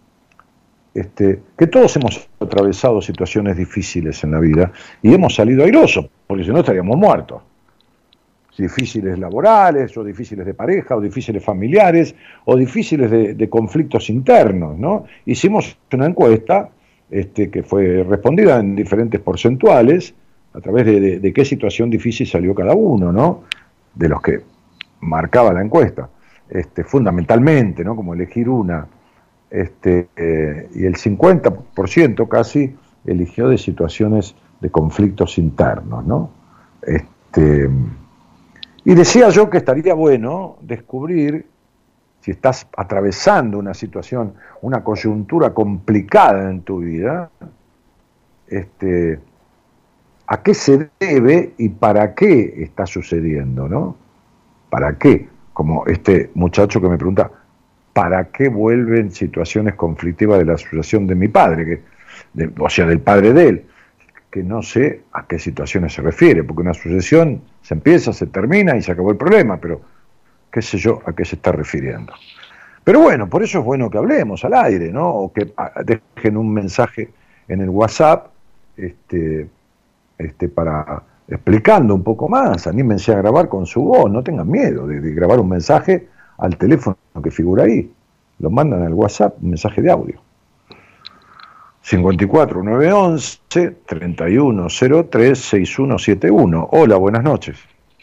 Este, que todos hemos atravesado situaciones difíciles en la vida y hemos salido airosos, porque si no estaríamos muertos. Difíciles laborales, o difíciles de pareja, o difíciles familiares, o difíciles de, de conflictos internos, ¿no? Hicimos una encuesta este, que fue respondida en diferentes porcentuales, a través de, de, de qué situación difícil salió cada uno, ¿no? De los que marcaba la encuesta, este, fundamentalmente, ¿no? Como elegir una. Este, eh, y el cincuenta por ciento casi eligió de situaciones de conflictos internos, ¿no? Este, y decía yo que estaría bueno descubrir, si estás atravesando una situación, una coyuntura complicada en tu vida, este, a qué se debe y para qué está sucediendo, ¿no? ¿Para qué? Como este muchacho que me pregunta, ¿para qué vuelven situaciones conflictivas de la asociación de mi padre? Que, de, o sea, del padre de él, que no sé a qué situaciones se refiere, porque una asociación se empieza, se termina y se acabó el problema, pero qué sé yo a qué se está refiriendo. Pero bueno, por eso es bueno que hablemos al aire, ¿no? O que a, dejen un mensaje en el WhatsApp este, este, para explicando un poco más, anímense a grabar con su voz, no tengan miedo de, de grabar un mensaje al teléfono que figura ahí, lo mandan al WhatsApp, un mensaje de audio. cincuenta y cuatro, nueve once, treinta y uno cero tres, sesenta y uno setenta y uno. Hola, buenas noches.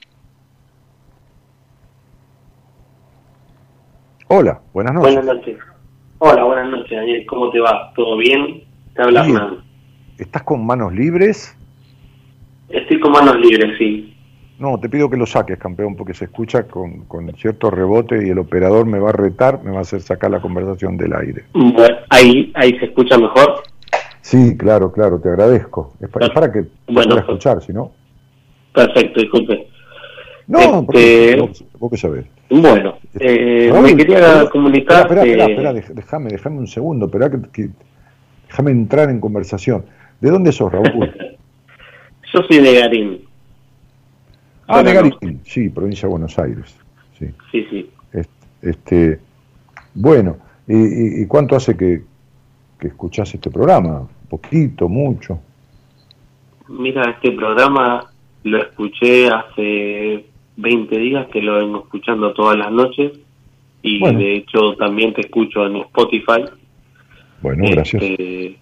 Hola, buenas noches.
Buenas noches. Hola, buenas noches, Daniel. ¿Cómo te va? ¿Todo bien? Te habla
Bien.
Hernán.
¿Estás con manos libres?
Estoy con manos libres, sí.
No, te pido que lo saques, campeón, porque se escucha con, con cierto rebote y el operador me va a retar, me va a hacer sacar la conversación del aire.
Bueno, ahí, ahí se escucha mejor.
Sí, claro, claro, te agradezco. Es para, es para que
bueno,
pueda escuchar, si no.
Perfecto, disculpe.
No,
este,
porque vos, vos qué sabés.
Bueno, eh,
Raúl,
me quería
Raúl,
comunicar.
Espera, espera,
que...
espera, espera, déjame, déjame un segundo, espera que, que déjame entrar en conversación. ¿De dónde sos, Raúl?
Yo soy de Garín.
Ah, de Garín, sí, provincia de Buenos Aires. Sí,
sí. sí.
Este, este, bueno, ¿y, y, y cuánto hace que, que escuchás este programa? ¿Poquito, mucho?
Mira, este programa lo escuché hace veinte días, que lo vengo escuchando todas las noches, y bueno, de hecho también te escucho en Spotify.
Bueno, gracias.
Este,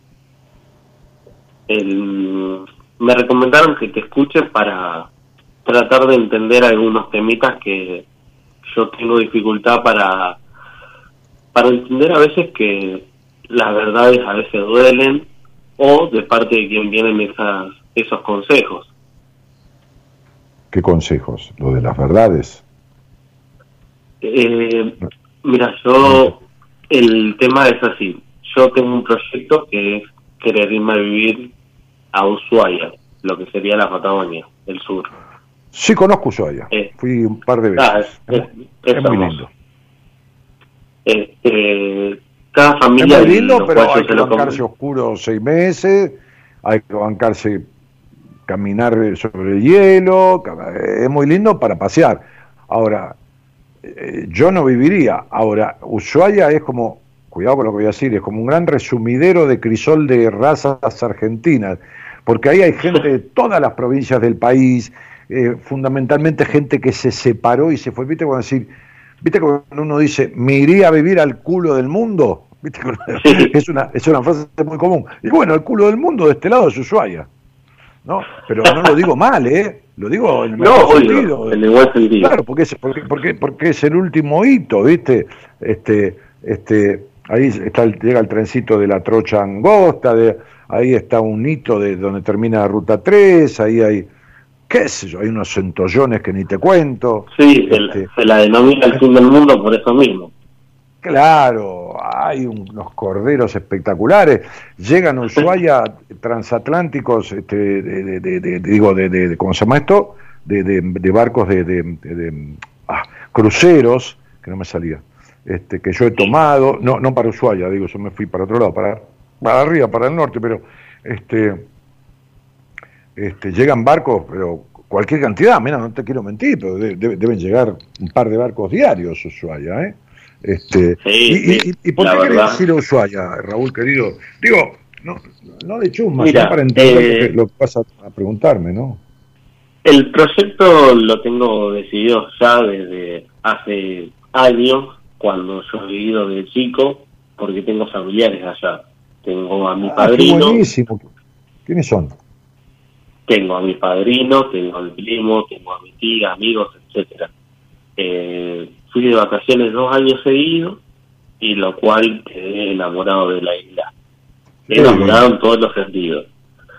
el, me recomendaron que te escuche para tratar de entender algunos temitas que yo tengo dificultad para para entender a veces, que las verdades a veces duelen, o de parte de quien vienen esas, esos consejos.
¿Qué consejos? ¿Lo de las verdades?
Eh, mira, yo, el tema es así. Yo tengo un proyecto que es querer irme a vivir a Ushuaia, lo que sería la Patagonia, el sur.
Sí, conozco Ushuaia. Eh, Fui un par de veces.
Ah, es, es, es,
es muy lindo.
Este, cada familia...
Es muy lindo, pero hay que bancarse oscuro seis meses, hay que bancarse caminar sobre el hielo, es muy lindo para pasear. Ahora, eh, yo no viviría. Ahora, Ushuaia es como, cuidado con lo que voy a decir, es como un gran resumidero de crisol de razas argentinas, porque ahí hay gente de todas las provincias del país, eh, fundamentalmente gente que se separó y se fue. ¿Viste cuando decir, viste cuando uno dice, me iría a vivir al culo del mundo? ¿Viste? Es una, es una frase muy común. Y bueno, el culo del mundo de este lado es Ushuaia, ¿no? Pero no lo digo mal, ¿eh? Lo digo en el mejor
no,
sentido.
En el buen sentido.
Claro, porque es, porque, porque, porque es el último hito, ¿viste? Este, este, ahí está el, llega el trencito de la Trocha Angosta, de, ahí está un hito de donde termina la ruta tres, ahí hay, qué sé yo, hay unos centollones que ni te cuento.
Sí, se,
este,
la, se la denomina el fin del mundo por eso mismo.
Claro, hay unos corderos espectaculares, llegan a Ushuaia transatlánticos, este, de, de, de, de, digo, de, de, de, ¿cómo se llama esto? De, de, de barcos de, de, de, de ah, cruceros, que no me salía, este, que yo he tomado, no, no para Ushuaia, digo, yo me fui para otro lado, para, para arriba, para el norte, pero este, este, llegan barcos, pero cualquier cantidad, mira, no te quiero mentir, pero de, de, deben llegar un par de barcos diarios a Ushuaia, ¿eh? Este,
sí,
y, y, y ¿por qué querés ir a Ushuaia, Raúl, querido? Digo, no, no de chusma,
Mira,
sino para entender
eh,
lo, que, lo que vas a, a preguntarme, ¿no?
El proyecto lo tengo decidido ya desde hace años, cuando yo he vivido de chico, porque tengo familiares allá. Tengo a mi
ah,
padrino.
Qué buenísimo. ¿Quiénes son?
Tengo a mi padrino, tengo a mi primo, tengo a mi tía, amigos, etcétera. Eh, fui de vacaciones dos años seguidos, y lo cual quedé enamorado de la isla.
Qué
Enamorado
bien.
en todos los sentidos.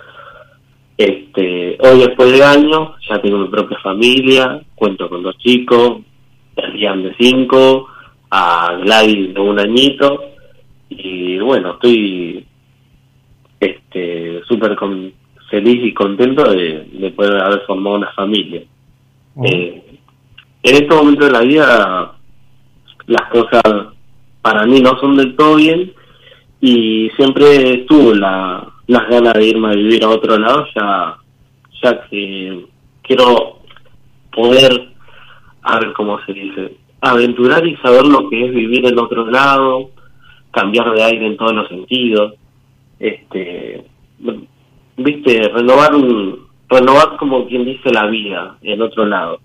Este, hoy después de años, ya tengo mi propia familia, cuento con dos chicos, a Rian de cinco, a Gladys de un añito, y bueno, estoy este súper con, feliz y contento de, de poder haber formado una familia. Uh-huh. Eh, en este momento de la vida, las cosas para mí no son del todo bien, y siempre tuve la, las ganas de irme a vivir a otro lado, ya, ya que quiero poder, a ver cómo se dice, aventurar y saber lo que es vivir en otro lado, cambiar de aire en todos los sentidos, este, viste, renovar un, renovar como quien dice la vida en otro lado.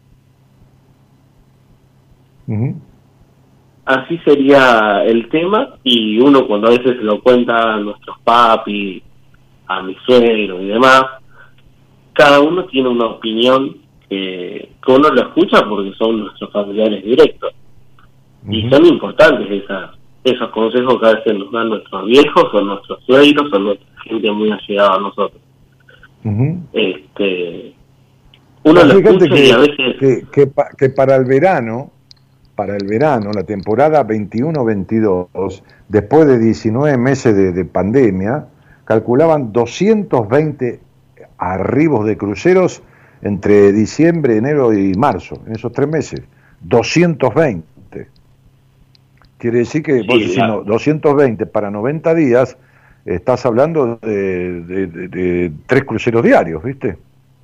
Uh-huh.
Así sería el tema, y uno cuando a veces se lo cuenta a nuestros papis, a mis suegros y demás, cada uno tiene una opinión que, que uno lo escucha porque son nuestros familiares directos. Uh-huh. Y son importantes esas, esos consejos que a veces nos dan nuestros viejos o nuestros suegros o nuestra gente muy allegada a nosotros. Uh-huh. Este, uno
no,
lo escucha
que,
y a veces...
Que, que, que para el verano... Para el verano, la temporada veintiuno veintidós, después de diecinueve meses de, de pandemia, calculaban doscientos veinte arribos de cruceros entre diciembre, enero y marzo, en esos tres meses. doscientos veinte. Quiere decir que, sí, vos decís, no, doscientos veinte para noventa días, estás hablando de, de, de, de tres cruceros diarios, ¿viste?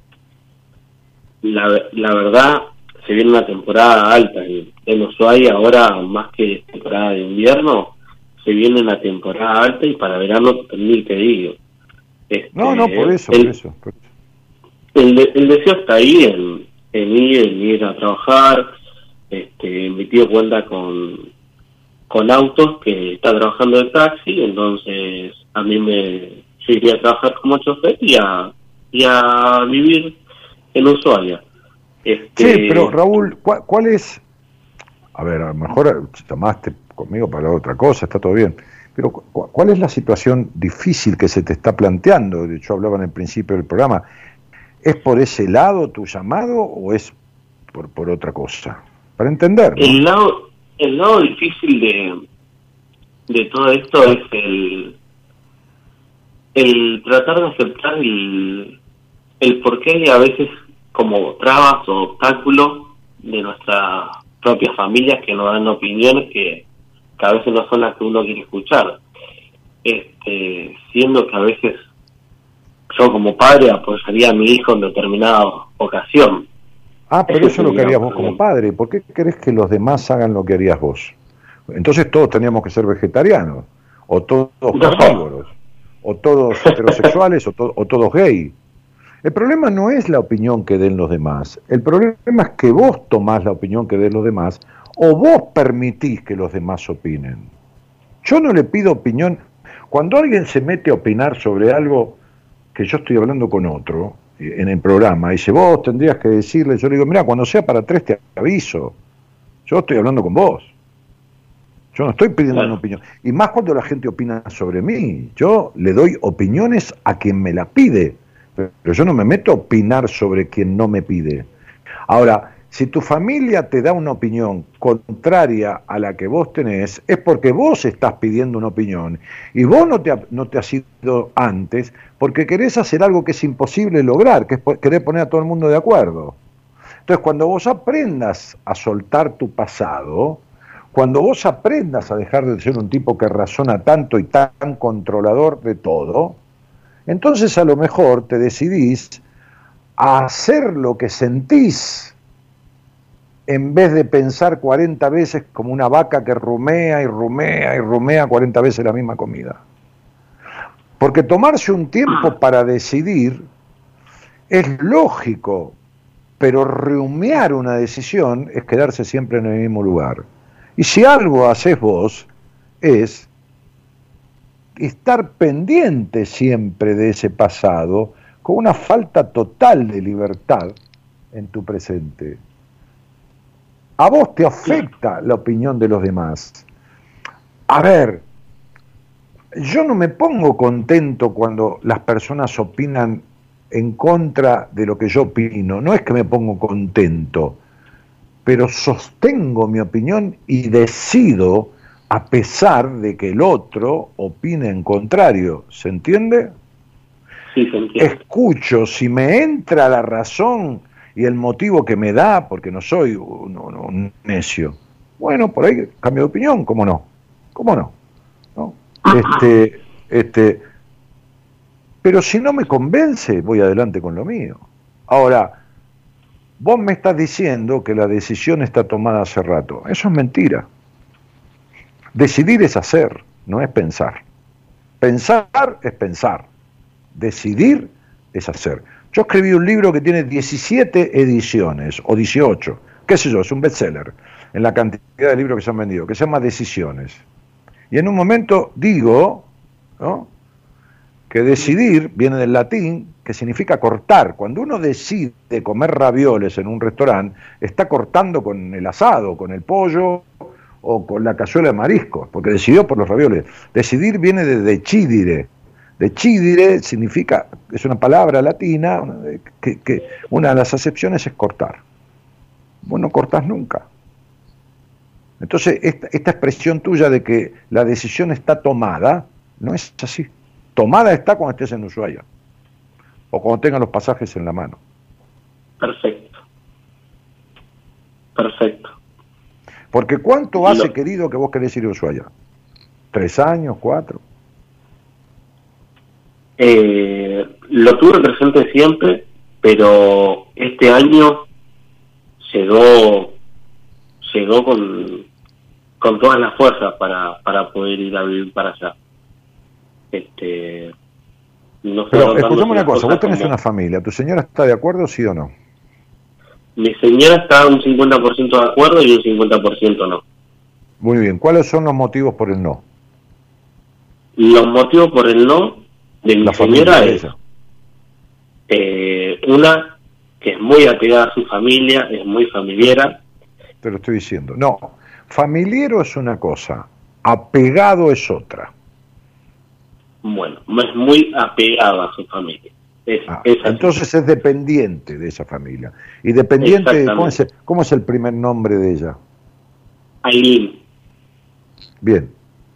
La, la verdad... Se viene una temporada alta en, en Ushuaia, ahora más que temporada de invierno, se viene una temporada alta, y para verano también te digo. Este,
no, no, por eso,
el,
por eso. Por eso.
El, el deseo está ahí en, en ir, en ir a trabajar. Este, mi tío cuenta con, con autos, que está trabajando de taxi, entonces a mí me yo iría a trabajar como chofer y a, y a vivir en Ushuaia. Este...
Sí, pero Raúl, ¿cuál, ¿cuál es? A ver, a lo mejor llamaste conmigo para otra cosa, está todo bien, pero ¿cuál es la situación difícil que se te está planteando? Yo hablaba en el principio del programa. ¿Es por ese lado tu llamado o es por, por otra cosa? Para entender, ¿no?
El lado, el lado difícil de, de todo esto es el, el tratar de aceptar el, el por qué a veces como trabas o obstáculos de nuestras propias familias que nos dan opiniones que, que a veces no son las que uno quiere escuchar. Este, siendo que a veces yo como padre apoyaría a mi hijo en determinada ocasión.
Ah, pero eso es lo que harías vos como padre. ¿Por qué querés que los demás hagan lo que harías vos? Entonces todos teníamos que ser vegetarianos, o todos carnívoros, o todos heterosexuales, o, to- o todos gay. El problema no es la opinión que den los demás, el problema es que vos tomás la opinión que den los demás, o vos permitís que los demás opinen. Yo no le pido opinión. Cuando alguien se mete a opinar sobre algo que yo estoy hablando con otro en el programa, y dice, vos tendrías que decirle, yo le digo, mira, cuando sea para tres te aviso, yo estoy hablando con vos. Yo no estoy pidiendo
Claro.
una opinión. Y más cuando la gente opina sobre mí. Yo le doy opiniones a quien me la pide. Pero yo no me meto a opinar sobre quien no me pide. Ahora, si tu familia te da una opinión contraria a la que vos tenés, es porque vos estás pidiendo una opinión. Y vos no te, ha- no te has ido antes porque querés hacer algo que es imposible lograr, que es po- querer poner a todo el mundo de acuerdo. Entonces, cuando vos aprendas a soltar tu pasado, cuando vos aprendas a dejar de ser un tipo que razona tanto y tan controlador de todo, entonces a lo mejor te decidís a hacer lo que sentís en vez de pensar cuarenta veces como una vaca que rumea y rumea y rumea cuarenta veces la misma comida. Porque tomarse un tiempo para decidir es lógico, pero rumiar una decisión es quedarse siempre en el mismo lugar. Y si algo haces vos es estar pendiente siempre de ese pasado con una falta total de libertad en tu presente. A vos te afecta la opinión de los demás. A ver, yo no me pongo contento cuando las personas opinan en contra de lo que yo opino. No es que me pongo contento, pero sostengo mi opinión y decido a pesar de que el otro opine en contrario. ¿Se entiende?
Sí, se entiende.
Escucho, si me entra la razón y el motivo que me da, porque no soy un, un- un necio, bueno, por ahí cambio de opinión, ¿cómo no? ¿Cómo no? ¿No? Este, este, pero si no me convence, voy adelante con lo mío. Ahora, vos me estás diciendo que la decisión está tomada hace rato. Eso es mentira. Decidir es hacer, no es pensar. Pensar es pensar. Decidir es hacer. Yo escribí un libro que tiene diecisiete ediciones, o dieciocho, qué sé yo, es un bestseller, en la cantidad de libros que se han vendido, que se llama Decisiones. Y en un momento digo, ¿no?, que decidir viene del latín, que significa cortar. Cuando uno decide comer ravioles en un restaurante, está cortando con el asado, con el pollo o con la cazuela de mariscos, porque decidió por los ravioles. Decidir viene de decidere. Decidere significa, es una palabra latina, que, que una de las acepciones es cortar. Vos no cortás nunca. Entonces, esta, esta expresión tuya de que la decisión está tomada, no es así. Tomada está cuando estés en Ushuaia, o cuando tengas los pasajes en la mano.
Perfecto. Perfecto.
Porque ¿cuánto hace,
Lo-
querido, que vos querés ir a Ushuaia? ¿Tres años? ¿Cuatro?
Eh, lo tuve presente siempre, pero este año llegó llegó con, con todas las fuerzas para, para poder ir a vivir para allá. Este, no sé,
Pero
dándose
escuchame una
las
cosa,
cosas
vos tenés
como-
una familia, ¿tu señora está de acuerdo, sí o no?
Mi señora está un cincuenta por ciento de acuerdo y un cincuenta por ciento no.
Muy bien, ¿cuáles son los motivos por el no?
Los motivos por el no de mi
La
señora
familia de
es
ella.
eh, una, que es muy apegada a su familia, es muy familiar.
Te lo estoy diciendo. No, familiero es una cosa, apegado es otra.
Bueno, es muy apegado a su familia. Es,
Ah,
es así.
entonces es dependiente de esa familia. Y dependiente, de, ¿cómo, es el, ¿cómo es el primer nombre de ella?
Aileen,
Bien.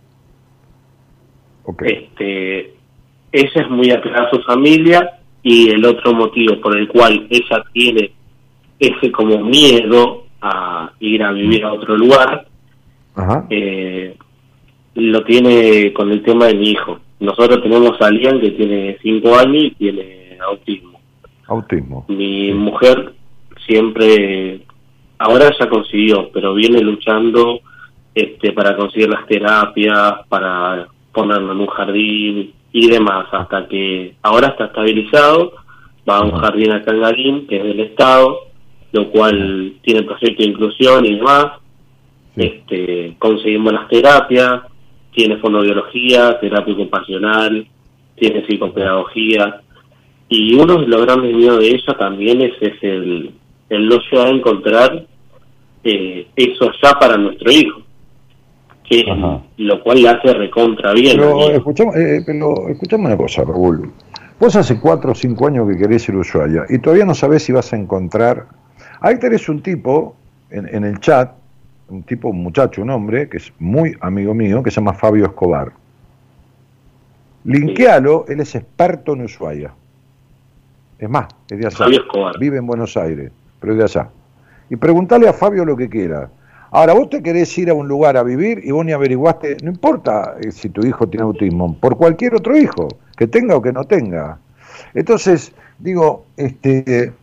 Ok.
este, ella es muy apegada a su familia, y el otro motivo por el cual ella tiene ese como miedo a ir a vivir a otro lugar,
Ajá.
eh, lo tiene con el tema de mi hijo. Nosotros tenemos a Lian, que tiene cinco años y tiene autismo.
Autismo.
Mi mujer siempre, ahora ya consiguió, pero viene luchando este para conseguir las terapias, para ponerlo en un jardín y demás, hasta que ahora está estabilizado, va a un
Ajá.
jardín acá en Garín, que es del Estado, lo cual tiene proyecto de inclusión y demás.
Sí.
Este, conseguimos las terapias, tiene fonobiología, terapia ocupacional, tiene psicopedagogía, y uno de los grandes miedos de ella también es, es el, el no llegar a encontrar eh, eso allá para nuestro hijo. que
Ajá.
lo cual le hace recontra bien.
Pero escuchamos, eh, pero escuchame una cosa, Raúl. Vos hace cuatro o cinco años que querés ir a Ushuaia y todavía no sabés si vas a encontrar. Ahí tenés un tipo en, en el chat, un tipo, un muchacho, un hombre, que es muy amigo mío, que se llama Fabio Escobar. Linkealo, él es experto en Ushuaia. Es más, es de allá.
Fabio Escobar.
Vive en Buenos Aires, pero es de allá. Y preguntale a Fabio lo que quiera. Ahora, vos te querés ir a un lugar a vivir y vos ni averiguaste, no importa eh, si tu hijo tiene autismo, por cualquier otro hijo, que tenga o que no tenga. Entonces, digo, este,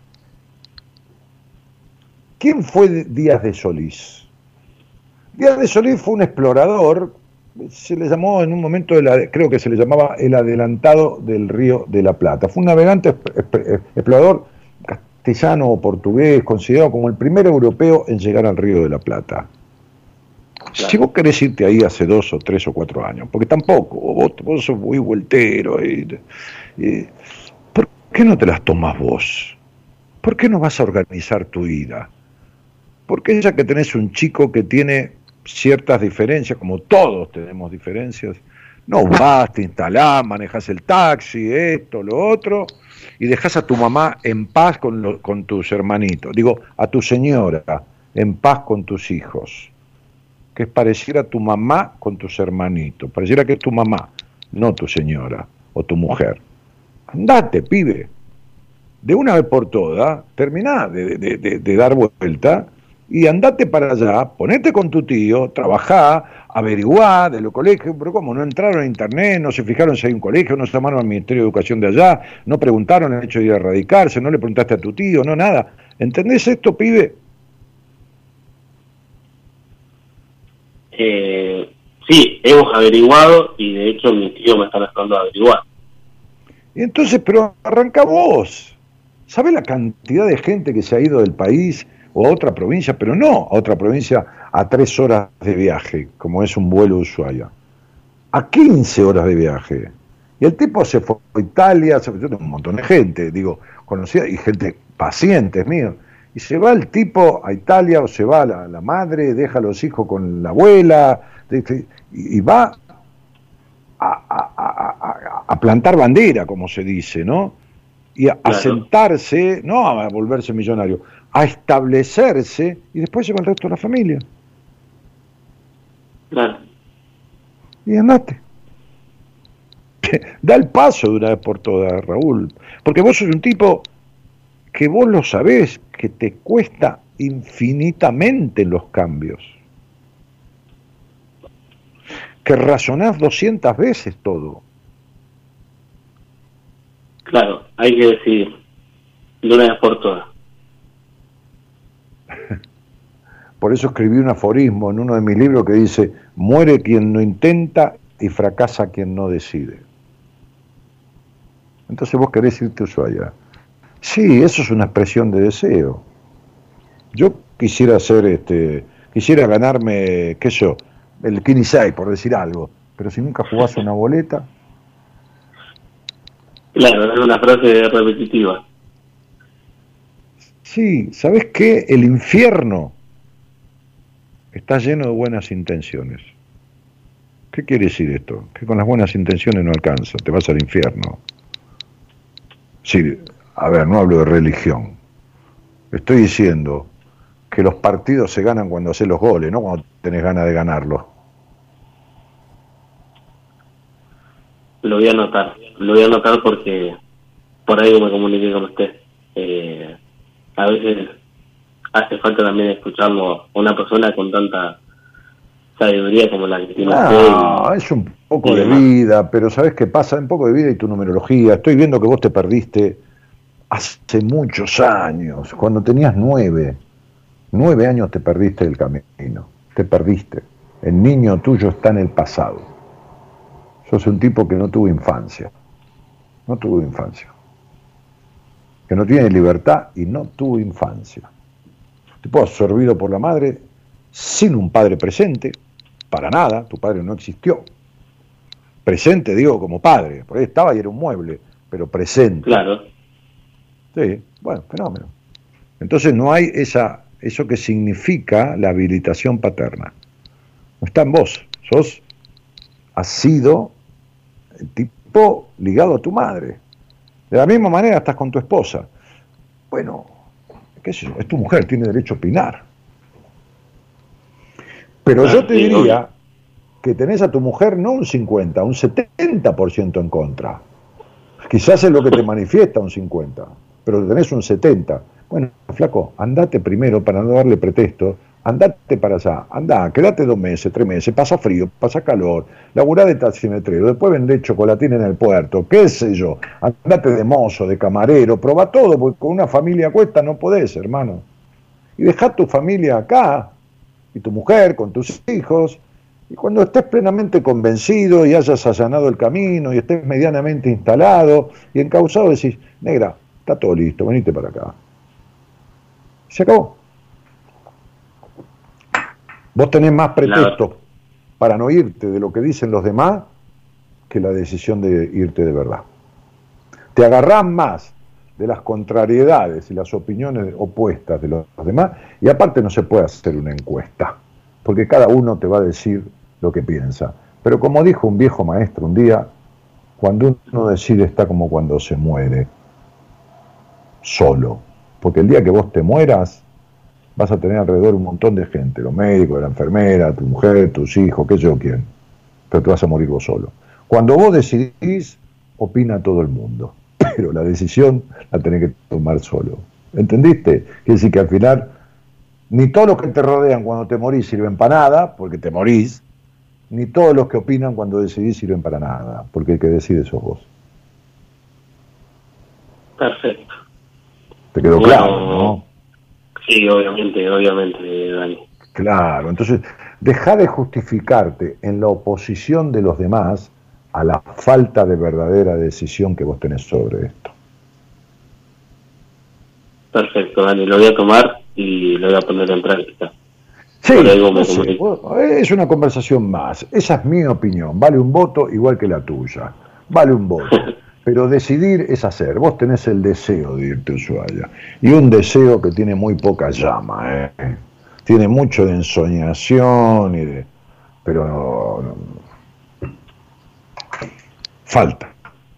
¿quién fue Díaz de Solís? Díaz de Solís fue un explorador, se le llamó en un momento, el, creo que se le llamaba el adelantado del Río de la Plata. Fue un navegante explorador castellano o portugués, considerado como el primer europeo en llegar al Río de la Plata. Claro. Si vos querés irte ahí hace dos o tres o cuatro años, porque tampoco, vos, vos sos muy vueltero, y, y, ¿por qué no te las tomás vos? ¿Por qué no vas a organizar tu ida? Porque ya que tenés un chico que tiene ciertas diferencias, como todos tenemos diferencias, no vas, te instalás, manejás el taxi, esto, lo otro, y dejás a tu mamá en paz con, lo, con tus hermanitos, digo, a tu señora en paz con tus hijos, que es pareciera a tu mamá con tus hermanitos, pareciera que es tu mamá, no tu señora o tu mujer. Andate, pibe, de una vez por todas, terminá de, de, de, de dar vuelta y andate para allá, ponete con tu tío, trabajá, averiguá de los colegios, pero como no entraron a internet, no se fijaron si hay un colegio, no llamaron al Ministerio de Educación de allá, no preguntaron el hecho de ir a radicarse, no le preguntaste a tu tío, no nada. ¿Entendés esto, pibe?
Eh, sí, hemos averiguado y de hecho mi tío me está dejando averiguar.
Y entonces, pero arranca vos. ¿Sabés la cantidad de gente que se ha ido del país o a otra provincia, pero no a otra provincia a tres horas de viaje, como es un vuelo de Ushuaia, a quince horas de viaje? Y el tipo se fue a Italia, se fue, yo tengo un montón de gente, digo, conocida, y gente, pacientes míos, y se va el tipo a Italia, o se va la, la madre, deja a los hijos con la abuela, de, y, y va a, a, a, a plantar bandera, como se dice, ¿no? Y a, claro. a sentarse, no a volverse millonario, a establecerse, y después lleva el resto de la familia.
Claro.
Y andate. Da el paso de una vez por todas, Raúl, porque vos sos un tipo que vos lo sabés, que te cuesta infinitamente los cambios, que razonás doscientas veces todo.
Claro, hay que decidir de una vez por todas.
Por eso escribí un aforismo en uno de mis libros que dice: muere quien no intenta y fracasa quien no decide. Entonces vos querés irte a Ushuaia. Sí, eso es una expresión de deseo. Yo quisiera hacer, este, quisiera ganarme, qué sé yo, el Kini seis, por decir algo, pero si nunca jugás una boleta.
Claro, es una frase repetitiva.
Sí, ¿sabés qué? El infierno está lleno de buenas intenciones. ¿Qué quiere decir esto? Que con las buenas intenciones no alcanza, te vas al infierno. Sí, a ver, no hablo de religión. Estoy diciendo que los partidos se ganan cuando haces los goles, no cuando tenés ganas de ganarlos.
Lo voy a anotar, lo voy a anotar porque por ahí me comuniqué con usted. Eh, a veces hace falta también escucharlo a una persona con tanta sabiduría como la que tiene
no,
usted.
No, es un poco de vida, pero ¿sabés qué pasa? Un poco de vida y tu numerología. Estoy viendo que vos te perdiste hace muchos años, cuando tenías nueve. Nueve años te perdiste del camino, te perdiste. El niño tuyo está en el pasado. Sos un tipo que no tuvo infancia, no tuvo infancia, que no tiene libertad y no tuvo infancia. Tipo absorbido por la madre, sin un padre presente, para nada, tu padre no existió. Presente, digo, como padre, por ahí estaba y era un mueble, pero presente.
Claro.
Sí, bueno, fenómeno. Entonces no hay esa, eso que significa la habilitación paterna. no está en vos. Sos, has sido el tipo ligado a tu madre. De la misma manera estás con tu esposa. Bueno, qué sé yo, es tu mujer, tiene derecho a opinar. Pero yo te diría que tenés a tu mujer no un cincuenta, un setenta por ciento en contra. Quizás es lo que te manifiesta un cincuenta, pero tenés un setenta. Bueno, flaco, andate primero para no darle pretexto, andate para allá, andá, quédate dos meses, tres meses, pasa frío, pasa calor, laburá de taximetrero, después vendé chocolatín en el puerto, qué sé yo, andate de mozo, de camarero, probá todo, porque con una familia cuesta no podés, hermano. Y dejá tu familia acá, y tu mujer, con tus hijos, y cuando estés plenamente convencido y hayas allanado el camino y estés medianamente instalado y encauzado, decís, negra, está todo listo, venite para acá. Se acabó. Vos tenés más pretextos para no irte de lo que dicen los demás que la decisión de irte de verdad. Te agarrás más de las contrariedades y las opiniones opuestas de los demás, y aparte no se puede hacer una encuesta, porque cada uno te va a decir lo que piensa. Pero como dijo un viejo maestro un día, cuando uno decide está como cuando se muere, solo. Porque el día que vos te mueras, vas a tener alrededor un montón de gente, los médicos, la enfermera, tu mujer, tus hijos, qué sé yo quién, pero te vas a morir vos solo. Cuando vos decidís, opina todo el mundo, pero la decisión la tenés que tomar solo. ¿Entendiste? Quiere decir que al final, ni todos los que te rodean cuando te morís sirven para nada, porque te morís, ni todos los que opinan cuando decidís sirven para nada, porque el que decide sos vos.
Perfecto.
¿Te quedó
Bueno,
claro, no?
Sí, obviamente, obviamente, Dani.
Claro, entonces, deja de justificarte en la oposición de los demás a la falta de verdadera decisión que vos tenés sobre esto.
Perfecto, Dani, lo voy a tomar y lo voy a poner en práctica.
Sí,
Luego me
no sé,
comunico.
es una conversación más. Esa es mi opinión. Vale un voto igual que la tuya. Vale un voto. Pero decidir es hacer. Vos tenés el deseo de irte a Ushuaia. Y un deseo que tiene muy poca llama. ¿eh? Tiene mucho de ensoñación y de... Pero no, no. Falta.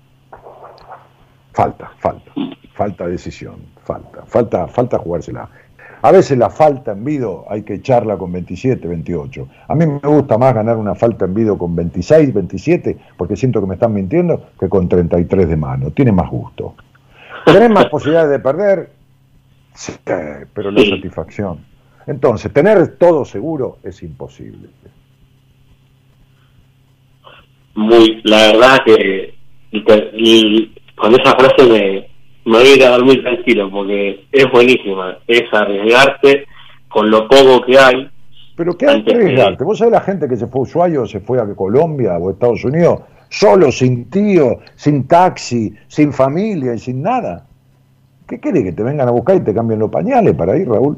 Falta, falta. Falta decisión. Falta. Falta, falta jugársela. A veces la falta en Vido hay que echarla con veintisiete, veintiocho. A mí me gusta más ganar una falta en Vido con veintiséis, veintisiete, porque siento que me están mintiendo, que con treinta y tres de mano. Tiene más gusto. ¿Tenés más posibilidades de perder? Sí, pero la
Sí.
satisfacción. Entonces, tener todo seguro es imposible.
Muy, la verdad que y, te- y con esa frase me, me voy a ir a dormir tranquilo, porque es buenísima, es arriesgarte con lo poco que hay.
Pero ¿qué hay que
Antes que-
arriesgarte? ¿Vos sabés la gente que se fue a Ushuaia o se fue a Colombia o a Estados Unidos solo, sin tío, sin taxi, sin familia y sin nada? ¿Qué querés? ¿Que te vengan a buscar y te cambien los pañales para ir, Raúl?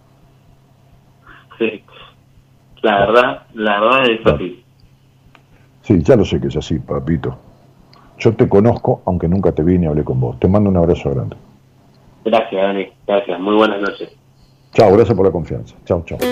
Sí. La verdad, la verdad es así.
Sí, ya lo sé que es así, papito. Yo te conozco, aunque nunca te vi ni hablé con vos. Te mando un abrazo grande.
Gracias, Dani, gracias, muy buenas noches.
Chao, gracias por la confianza. Chao, chao.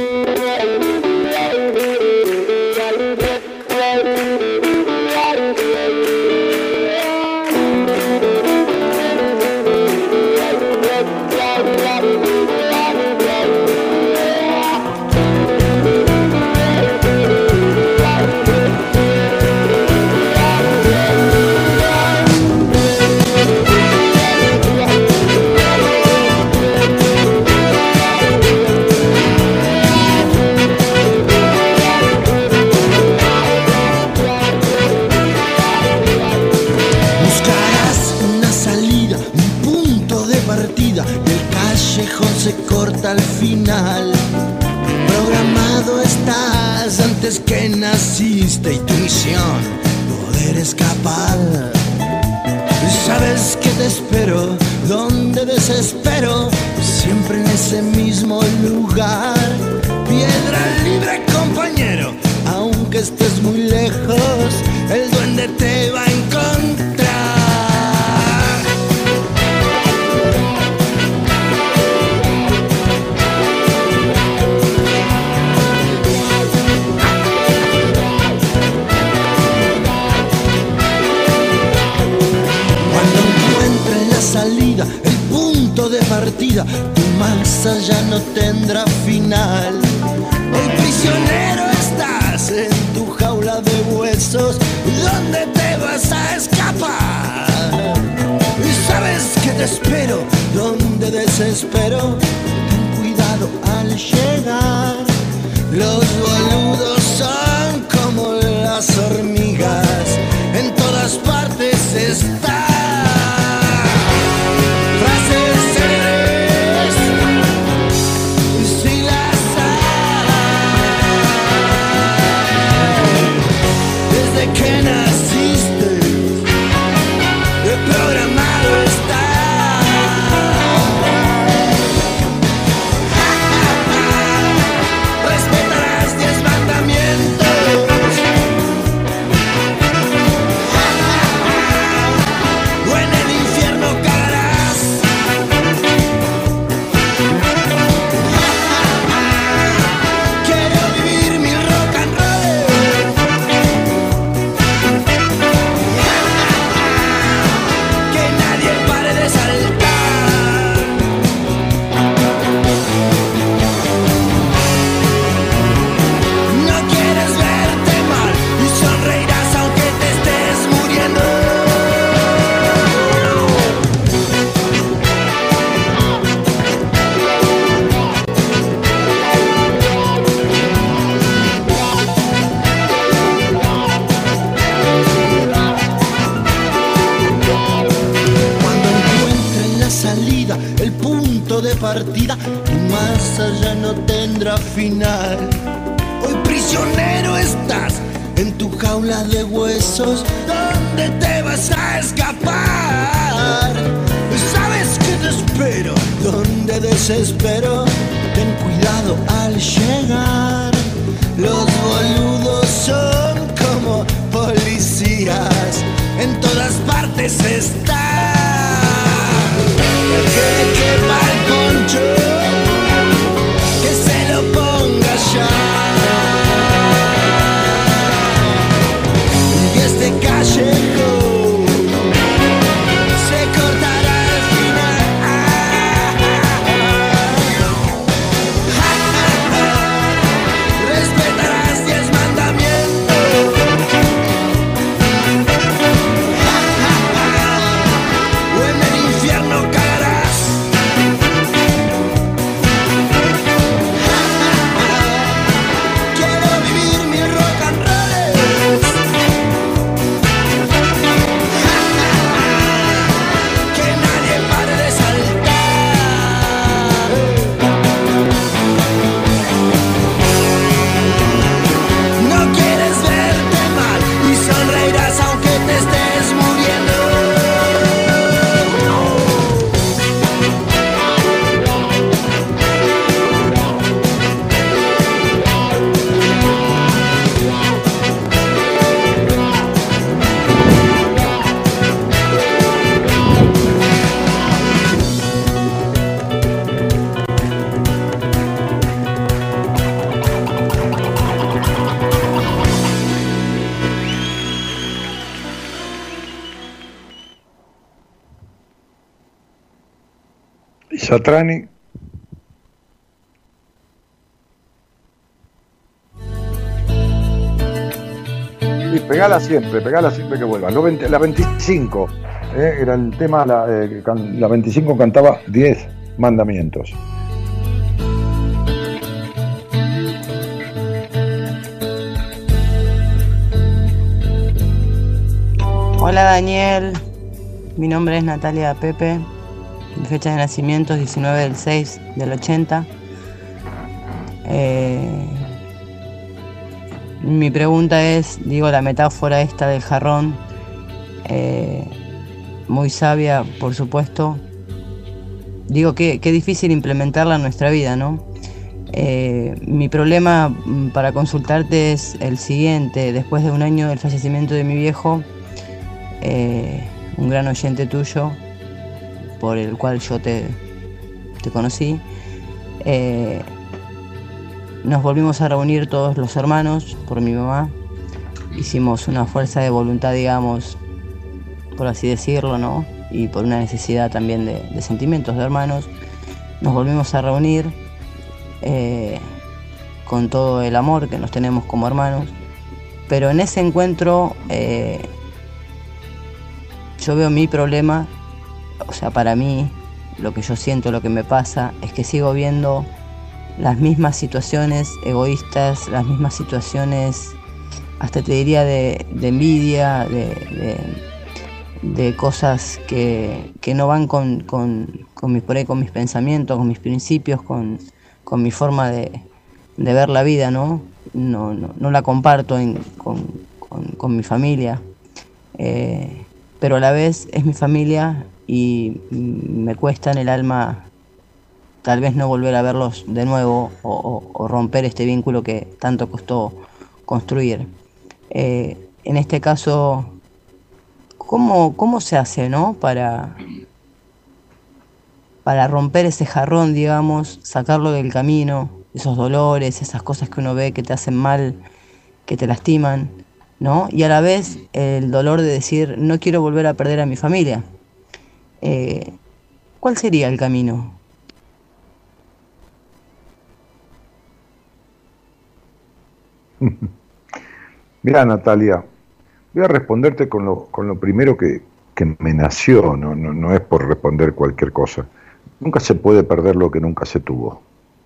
Buscarás una salida, un punto de partida. El callejón se corta al final. Programado estás antes que naciste y tu misión, poder escapar. Sabes que te espero, donde desespero, siempre en ese mismo lugar. Piedra libre, compañero, aunque estés muy lejos, el duende te va a encontrar. jaula de huesos, ¿dónde te vas a escapar? Y sabes que te espero, donde desespero, ten cuidado al llegar. Los boludos son como las hormigas, en todas partes están. Frases célebres, si las hay, desde que naciste, programado está. Respetarás diez mandamientos. O en el infierno caerás. Quiero vivir mi rock and roll. Que nadie pare de saltar. No quieres verte mal y sonreirás aunque te estés muriendo. Cuando encuentren la salida, el punto de partida, y más allá no tendrá final. Hoy prisionero estás en tu jaula de huesos, ¿dónde te vas a escapar? Sabes que te espero, donde desespero, ten cuidado al llegar. Los boludos son como policías, en todas partes están. El que le quema el poncho, que se lo ponga ya. Y este callejón se cortará al final. Respetarás diez mandamientos. O en el infierno caerás. Quiero vivir mi rock and roll. Que nadie pare de saltar. No quieres verte mal y sonreirás aunque te estés muriendo.
Y Satrani. Y pegala siempre, pegala siempre que vuelva. Lo veinte, la veinticinco, eh, era el tema, la, eh, can, la veinticinco cantaba diez mandamientos.
Hola Daniel, mi nombre es Natalia Pepe, mi fecha de nacimiento es diecinueve del seis del ochenta. Eh, mi pregunta es, digo, la metáfora esta del jarrón, eh, muy sabia, por supuesto. Digo, qué, qué difícil implementarla en nuestra vida, ¿no? Eh, mi problema para consultarte es el siguiente. Después de un año del fallecimiento de mi viejo, eh, un gran oyente tuyo, por el cual yo te, te conocí, eh, nos volvimos a reunir todos los hermanos por mi mamá. Hicimos una fuerza de voluntad, digamos, por así decirlo, ¿no? Y por una necesidad también de, de sentimientos de hermanos. Nos volvimos a reunir eh, con todo el amor que nos tenemos como hermanos, pero en ese encuentro eh, yo veo mi problema, o sea, para mí, lo que yo siento, lo que me pasa, es que sigo viendo las mismas situaciones egoístas, las mismas situaciones, hasta te diría de, de envidia, de, de, de cosas que, que no van con, con, con, mi, por ahí, con mis pensamientos, con mis principios, con, con mi forma de, de ver la vida, ¿no? No, no, no la comparto en, con, con, con mi familia, eh, pero a la vez es mi familia y me cuesta en el alma tal vez no volver a verlos de nuevo o, o, o romper este vínculo que tanto costó construir. Eh, en este caso, ¿cómo, cómo se hace, ¿no? para, para romper ese jarrón, digamos, sacarlo del camino, esos dolores, esas cosas que uno ve que te hacen mal, que te lastiman, ¿no? Y a la vez el dolor de decir, no quiero volver a perder a mi familia. Eh, ¿Cuál sería el camino?
Mira, Natalia, voy a responderte con lo, con lo primero que, que me nació, no, no, no es por responder cualquier cosa. Nunca se puede perder lo que nunca se tuvo.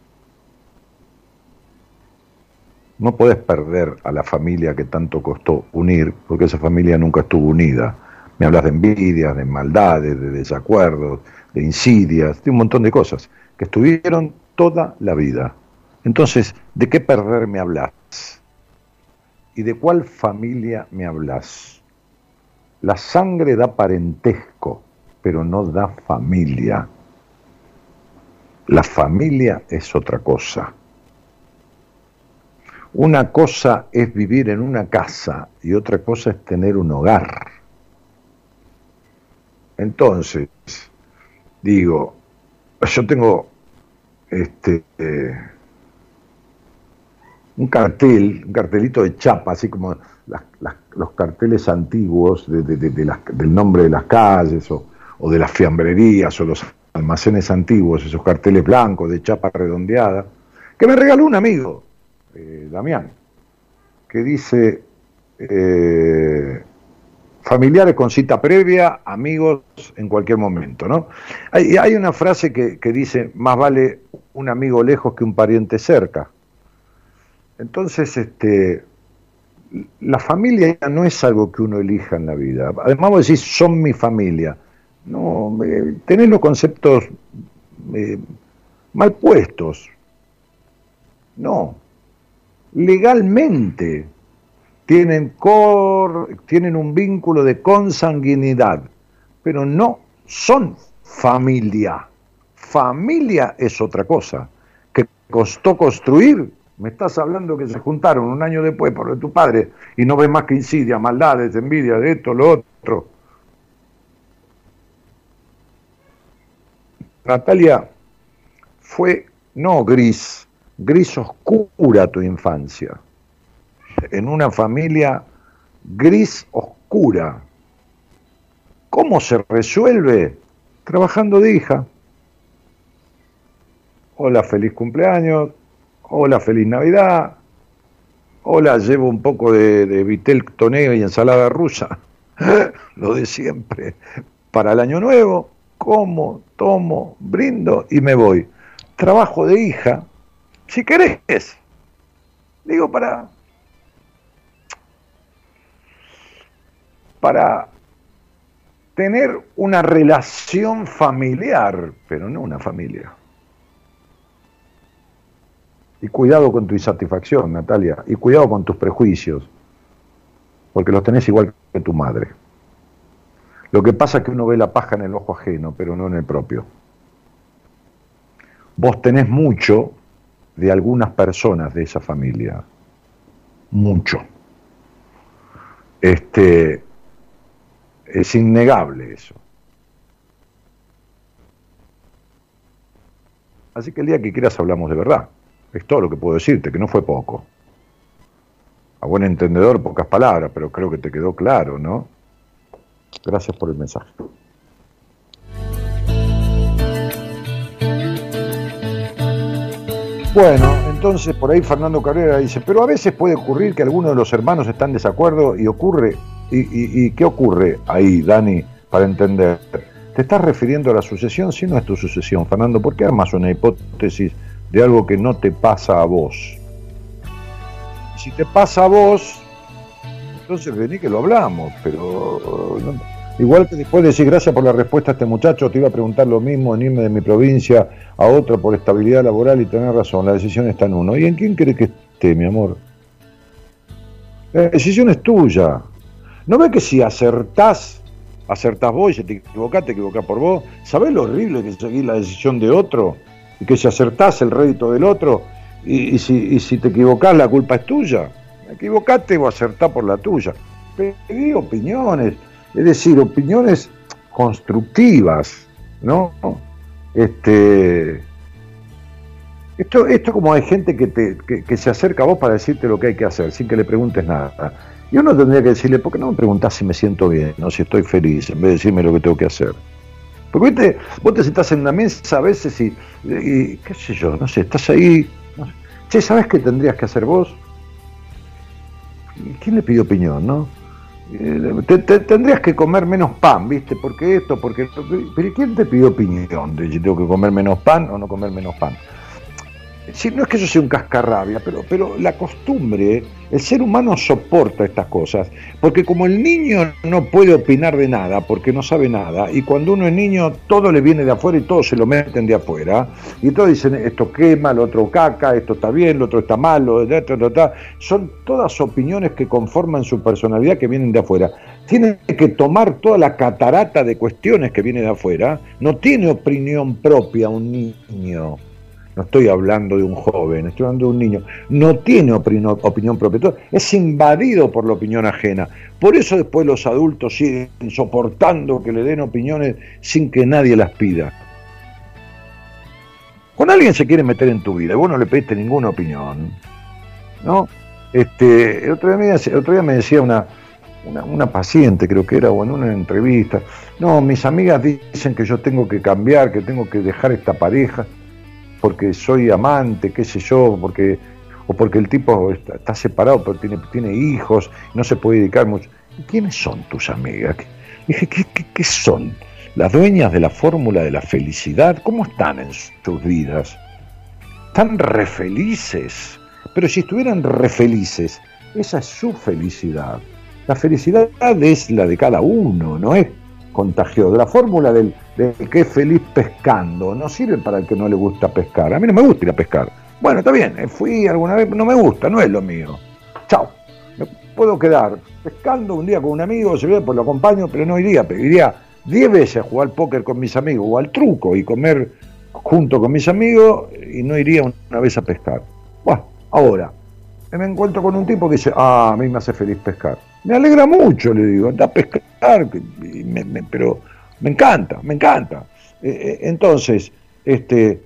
No podés perder a la familia que tanto costó unir, porque esa familia nunca estuvo unida. Me hablas de envidias, de maldades, de desacuerdos, de insidias, de un montón de cosas que estuvieron toda la vida. Entonces, ¿de qué perder me hablas? ¿Y de cuál familia me hablas? La sangre da parentesco, pero no da familia. La familia es otra cosa. Una cosa es vivir en una casa y otra cosa es tener un hogar. Entonces, digo, yo tengo este eh, un cartel, un cartelito de chapa, así como las, las, los carteles antiguos de, de, de, de las, del nombre de las calles o, o de las fiambrerías o los almacenes antiguos, esos carteles blancos de chapa redondeada, que me regaló un amigo, eh, Damián, que dice eh, familiares con cita previa, amigos en cualquier momento, ¿no? Hay, hay una frase que, que dice, más vale un amigo lejos que un pariente cerca. Entonces, este, la familia no es algo que uno elija en la vida. Además vos decís, son mi familia. No, eh, tenés los conceptos eh, mal puestos. No. Legalmente tienen, cor, tienen un vínculo de consanguinidad, pero no son familia. Familia es otra cosa, que costó construir. Me estás hablando que se juntaron un año después por tu padre y no ves más que insidia, maldades, envidia, de esto, lo otro. Natalia, fue no gris, gris oscura tu infancia. En una familia gris oscura. ¿Cómo se resuelve? Trabajando de hija. Hola, feliz cumpleaños. Hola, feliz Navidad. Hola, llevo un poco de, de vitel toné y ensalada rusa. Lo de siempre. Para el año nuevo, como, tomo, brindo y me voy. Trabajo de hija, si querés. Digo, para... Para tener una relación familiar, pero no una familia. Y cuidado con tu insatisfacción, Natalia, y cuidado con tus prejuicios, porque los tenés igual que tu madre. Lo que pasa es que uno ve la paja en el ojo ajeno, pero no en el propio. Vos tenés mucho de algunas personas de esa familia. Mucho. Este, es innegable eso. Así que el día que quieras hablamos de verdad. Es todo lo que puedo decirte, que no fue poco. A buen entendedor, pocas palabras, pero creo que te quedó claro, ¿no? Gracias por el mensaje. Bueno, entonces... entonces por ahí Fernando Cabrera dice, pero a veces puede ocurrir que algunos de los hermanos están en desacuerdo y ocurre, y, y, y ¿qué ocurre ahí, Dani, para entender? ¿Te estás refiriendo a la sucesión? Si no es tu sucesión, Fernando, ¿por qué armas una hipótesis de algo que no te pasa a vos? Si te pasa a vos, entonces vení que lo hablamos, pero no, igual que después de decir gracias por la respuesta a este muchacho, te iba a preguntar lo mismo en irme de mi provincia a otra por estabilidad laboral y tener razón, la decisión está en uno. ¿Y en quién cree que esté, mi amor? La decisión es tuya. ¿No ves que si acertás, acertás vos y si te equivocás, te equivocás por vos? ¿Sabés lo horrible que es seguir la decisión de otro? Y que si acertás el rédito del otro, y, y, si, y si te equivocás la culpa es tuya. Equivocate o acertá por la tuya. Pedí opiniones, es decir, opiniones constructivas, ¿no? Este, esto, esto como hay gente que, te, que, que se acerca a vos para decirte lo que hay que hacer, sin que le preguntes nada. Y uno tendría que decirle, ¿por qué no me preguntás si me siento bien, o si estoy feliz, en vez de decirme lo que tengo que hacer? Porque ¿viste? Vos te sentás en una mesa a veces y, y qué sé yo, no sé, estás ahí, no sé. Che, ¿sabés qué tendrías que hacer vos? ¿Quién le pidió opinión, no? Te, te, tendrías que comer menos pan, ¿viste? Porque esto, porque... ¿Pero quién te pidió opinión de si tengo que comer menos pan o no comer menos pan? Sí, no es que yo sea un cascarrabia, pero, pero la costumbre, el ser humano soporta estas cosas, porque como el niño no puede opinar de nada, porque no sabe nada, y cuando uno es niño todo le viene de afuera y todo se lo meten de afuera, y todos dicen esto quema, lo otro caca, esto está bien, lo otro está mal, lo otro está, está, son todas opiniones que conforman su personalidad que vienen de afuera. Tiene que tomar toda la catarata de cuestiones que viene de afuera, no tiene opinión propia un niño. No estoy hablando de un joven, estoy hablando de un niño. No tiene opinión, opinión propia, es invadido por la opinión ajena. Por eso después los adultos siguen soportando que le den opiniones sin que nadie las pida. Cuando alguien se quiere meter en tu vida y vos no le pediste ninguna opinión, ¿no? Este, el otro día me, el otro día me decía una, una, una paciente, creo que era, o en una entrevista, no, mis amigas dicen que yo tengo que cambiar, que tengo que dejar esta pareja, porque soy amante, qué sé yo, porque o porque el tipo está, está separado, pero tiene, tiene hijos, no se puede dedicar mucho. ¿Y quiénes son tus amigas? Dije, ¿qué, qué, qué son? ¿Las dueñas de la fórmula de la felicidad? ¿Cómo están en sus vidas? ¿Están re felices? Pero si estuvieran re felices, esa es su felicidad. La felicidad es la de cada uno, no es contagiosa. La fórmula del, del que es feliz pescando no sirve para el que no le gusta pescar. A mí no me gusta ir a pescar. Bueno, está bien, fui alguna vez, no me gusta, no es lo mío. Chao. Me puedo quedar pescando un día con un amigo, si bien, pues lo acompaño, pero no iría, iría diez veces a jugar póker con mis amigos o al truco y comer junto con mis amigos y no iría una vez a pescar. Bueno, ahora me encuentro con un tipo que dice, ah, a mí me hace feliz pescar. Me alegra mucho, le digo, anda a pescar, me, me, pero me encanta, me encanta. Eh, entonces, este,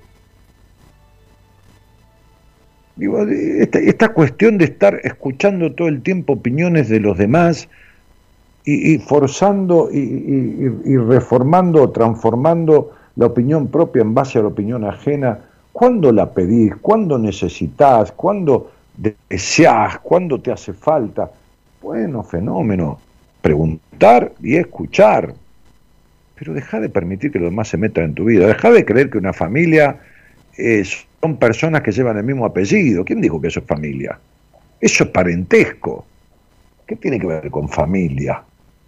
digo, esta, esta cuestión de estar escuchando todo el tiempo opiniones de los demás y, y forzando y, y, y reformando o transformando la opinión propia en base a la opinión ajena, ¿cuándo la pedís? ¿Cuándo necesitas? ¿Cuándo deseás? ¿Cuándo te hace falta? Bueno, fenómeno, preguntar y escuchar, pero deja de permitir que los demás se metan en tu vida, deja de creer que una familia eh, son personas que llevan el mismo apellido. ¿Quién dijo que eso es familia? Eso es parentesco. ¿Qué tiene que ver con familia?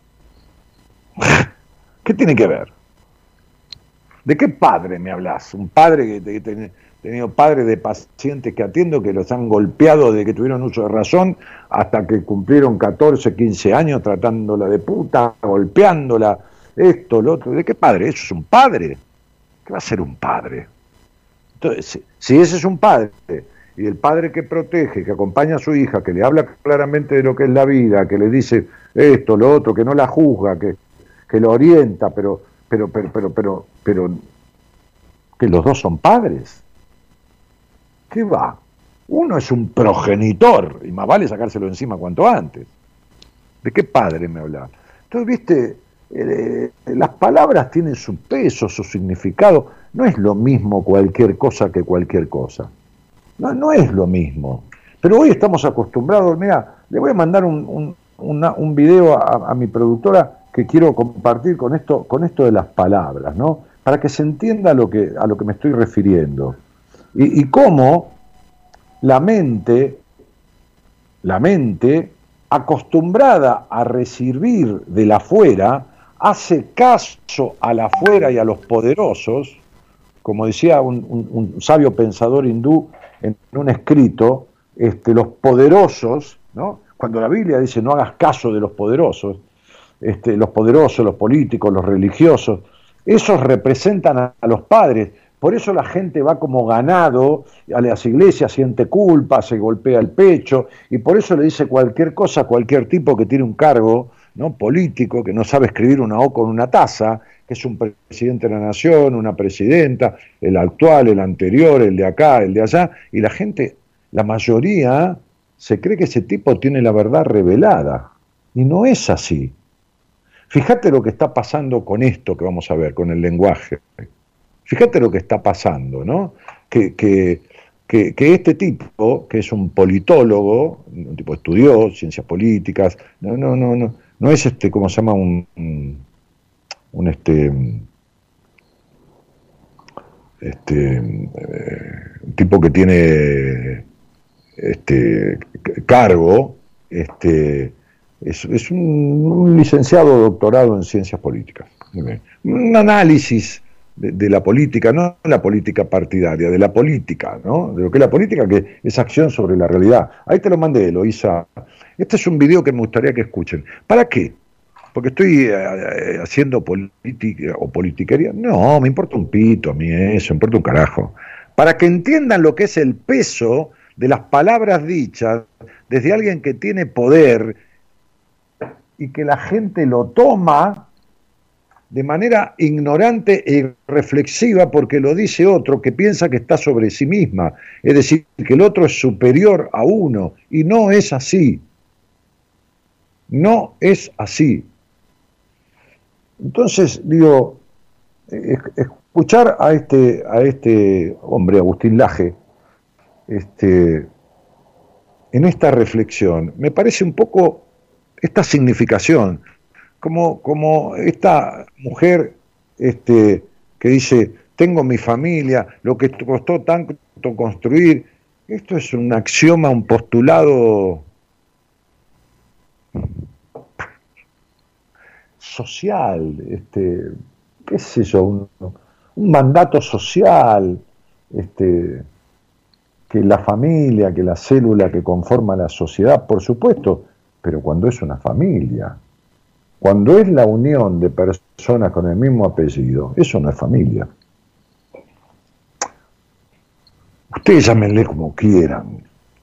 ¿Qué tiene que ver? ¿De qué padre me hablas? Un padre que te, te, he tenido padres de pacientes que atiendo que los han golpeado desde que tuvieron uso de razón hasta que cumplieron catorce, quince años tratándola de puta, golpeándola, esto, lo otro. ¿De qué padre? Eso es un padre. ¿Qué va a ser un padre? Entonces, si, si ese es un padre, y el padre que protege, que acompaña a su hija, que le habla claramente de lo que es la vida, que le dice esto, lo otro, que no la juzga, que, que lo orienta, pero, pero, pero, pero, pero, pero, que los dos son padres. ¿Qué va? Uno es un progenitor, y más vale sacárselo encima cuanto antes. ¿De qué padre me hablas? Entonces, viste, eh, las palabras tienen su peso, su significado. No es lo mismo cualquier cosa que cualquier cosa. No, no es lo mismo. Pero hoy estamos acostumbrados, mira, le voy a mandar un, un, una, un video a, a mi productora que quiero compartir con esto, con esto de las palabras, ¿no? Para que se entienda lo que, a lo que me estoy refiriendo. Y, y cómo la mente, la mente, acostumbrada a recibir de la afuera, hace caso a la afuera y a los poderosos, como decía un, un, un sabio pensador hindú en un escrito, este, los poderosos, ¿no? Cuando la Biblia dice no hagas caso de los poderosos, este, los poderosos, los políticos, los religiosos, esos representan a, a los padres. Por eso la gente va como ganado a las iglesias, siente culpa, se golpea el pecho, y por eso le dice cualquier cosa a cualquier tipo que tiene un cargo, ¿no?, político, que no sabe escribir una O con una taza, que es un presidente de la nación, una presidenta, el actual, el anterior, el de acá, el de allá, y la gente, la mayoría, se cree que ese tipo tiene la verdad revelada, y no es así. Fíjate lo que está pasando con esto que vamos a ver, con el lenguaje. Fíjate lo que está pasando, ¿no? Que, que, que, que este tipo, que es un politólogo, un tipo que estudió ciencias políticas, no, no, no, no, no es este, ¿cómo se llama? Un, un, un este, este, eh, un tipo que tiene este cargo, este, es, es un, un licenciado doctorado en ciencias políticas. Un análisis De, de la política, no la política partidaria, de la política, ¿no? De lo que es la política, que es acción sobre la realidad. Ahí te lo mandé, Eloísa. Este es un video que me gustaría que escuchen. ¿Para qué? Porque estoy eh, haciendo política o politiquería. No, me importa un pito a mí eso, me importa un carajo. Para que entiendan lo que es el peso de las palabras dichas desde alguien que tiene poder y que la gente lo toma de manera ignorante e irreflexiva porque lo dice otro que piensa que está sobre sí misma, es decir, que el otro es superior a uno, y no es así. No es así. Entonces, digo, escuchar a este, a este hombre, Agustín Laje, este, en esta reflexión, me parece un poco esta significación, Como, como esta mujer este, que dice, tengo mi familia, lo que costó tanto construir, esto es un axioma, un postulado social, este, qué sé yo, un, un mandato social, este, que la familia, que la célula que conforma la sociedad, por supuesto, pero cuando es una familia. Cuando es la unión de personas con el mismo apellido, eso no es familia. Ustedes llámenle como quieran.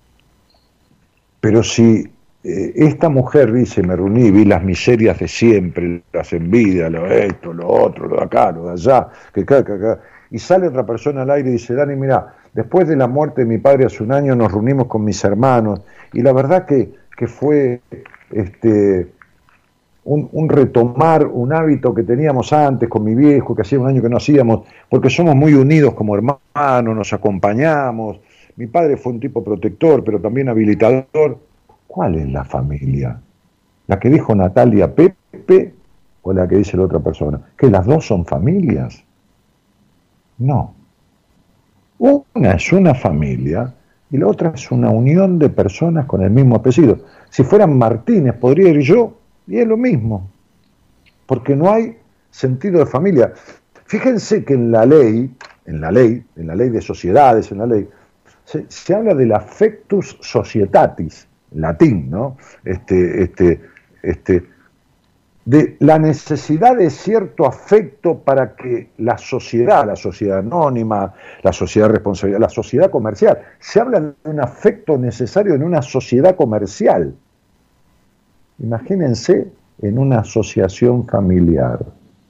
Pero si eh, esta mujer dice, me reuní, vi las miserias de siempre, las envidias, lo esto, lo otro, lo de acá, lo de allá, que acá, que acá, y sale otra persona al aire y dice, Dani, mira, después de la muerte de mi padre hace un año nos reunimos con mis hermanos, y la verdad que, que fue... este Un, un retomar un hábito que teníamos antes con mi viejo, que hacía un año que no hacíamos, porque somos muy unidos como hermanos, nos acompañamos. Mi padre fue un tipo protector, pero también habilitador. ¿Cuál es la familia? ¿La que dijo Natalia Pepe o la que dice la otra persona? ¿Que las dos son familias? No. Una es una familia y la otra es una unión de personas con el mismo apellido. Si fueran Martínez, podría ir yo, y es lo mismo, porque no hay sentido de familia. Fíjense que en la ley, en la ley, en la ley de sociedades, en la ley, se, se habla del affectus societatis, en latín, ¿no? Este, este, este, de la necesidad de cierto afecto para que la sociedad, la sociedad anónima, la sociedad responsabilidad, la sociedad comercial, se habla de un afecto necesario en una sociedad comercial. Imagínense en una asociación familiar.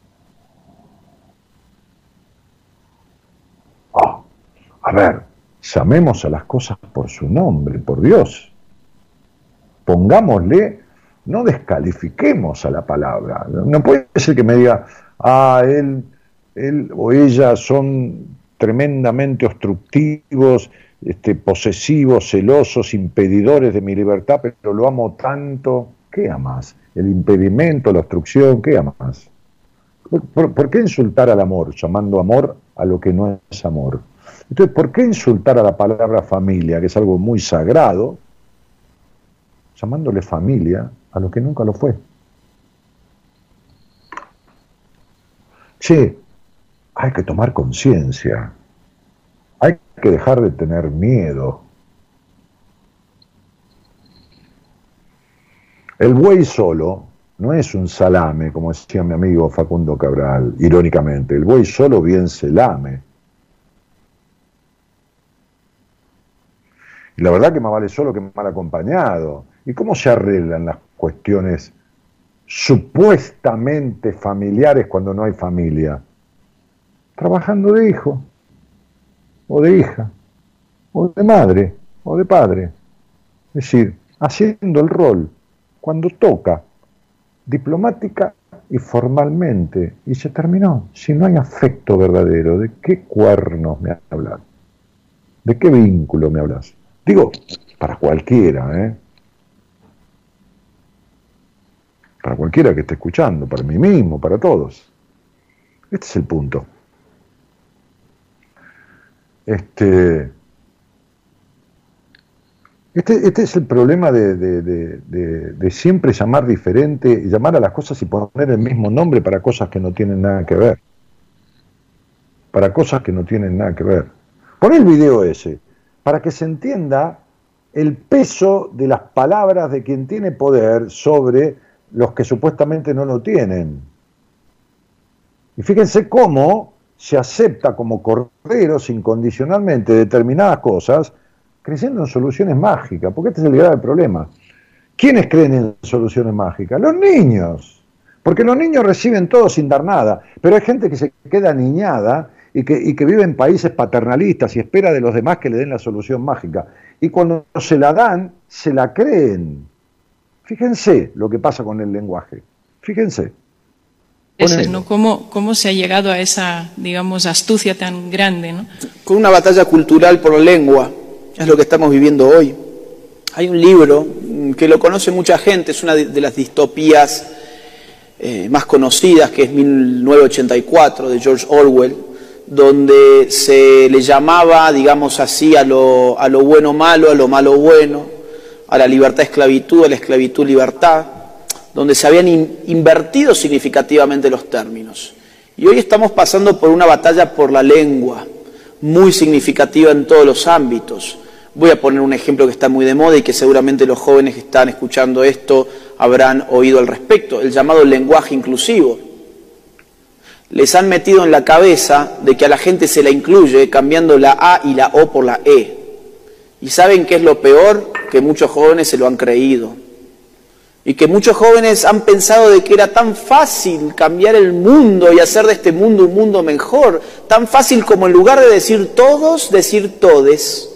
Oh, a ver, llamemos a las cosas por su nombre, por Dios. Pongámosle, no descalifiquemos a la palabra. No puede ser que me diga, ah, él, él o ella son tremendamente obstructivos, este, posesivos, celosos, impedidores de mi libertad, pero lo amo tanto. ¿Qué amas? ¿El impedimento, la obstrucción? ¿Qué amas? ¿Por, por, ¿Por qué insultar al amor, llamando amor a lo que no es amor? Entonces, ¿por qué insultar a la palabra familia, que es algo muy sagrado, llamándole familia a lo que nunca lo fue? Che, hay que tomar conciencia, hay que dejar de tener miedo. El buey solo no es un salame, como decía mi amigo Facundo Cabral, irónicamente. El buey solo bien se lame. Y la verdad que más vale solo que mal acompañado. ¿Y cómo se arreglan las cuestiones supuestamente familiares cuando no hay familia? Trabajando de hijo, o de hija, o de madre, o de padre. Es decir, haciendo el rol, cuando toca, diplomática y formalmente, y se terminó. Si no hay afecto verdadero, ¿de qué cuernos me hablas? ¿De qué vínculo me hablas? Digo, para cualquiera, ¿eh? Para cualquiera que esté escuchando, para mí mismo, para todos. Este es el punto. Este, este, este es el problema de, de, de, de, de siempre llamar diferente, llamar a las cosas y poner el mismo nombre para cosas que no tienen nada que ver. Para cosas que no tienen nada que ver. Pon el video ese, para que se entienda el peso de las palabras de quien tiene poder sobre los que supuestamente no lo tienen. Y fíjense cómo se acepta como corderos incondicionalmente determinadas cosas, creyendo en soluciones mágicas, porque este es el grave problema. ¿Quiénes creen en soluciones mágicas? Los niños, porque los niños reciben todo sin dar nada, pero hay gente que se queda niñada y que, y que vive en países paternalistas y espera de los demás que le den la solución mágica, y cuando se la dan, se la creen. Fíjense lo que pasa con el lenguaje, fíjense.
Eso, ¿no? ¿Cómo, ¿Cómo se ha llegado a esa, digamos, astucia tan grande, ¿no?
Con una batalla cultural por la lengua, es lo que estamos viviendo hoy. Hay un libro que lo conoce mucha gente, es una de las distopías eh, más conocidas, que es mil novecientos ochenta y cuatro, de George Orwell, donde se le llamaba, digamos así, a lo, a lo bueno malo, a lo malo bueno, a la libertad esclavitud, a la esclavitud libertad, donde se habían in, invertido significativamente los términos. Y hoy estamos pasando por una batalla por la lengua, muy significativa en todos los ámbitos. Voy a poner un ejemplo que está muy de moda y que seguramente los jóvenes que están escuchando esto habrán oído al respecto, el llamado lenguaje inclusivo. Les han metido en la cabeza de que a la gente se la incluye cambiando la A y la O por la E. ¿Y saben qué es lo peor? Que muchos jóvenes se lo han creído. Y que muchos jóvenes han pensado de que era tan fácil cambiar el mundo y hacer de este mundo un mundo mejor, tan fácil como en lugar de decir todos, decir todes.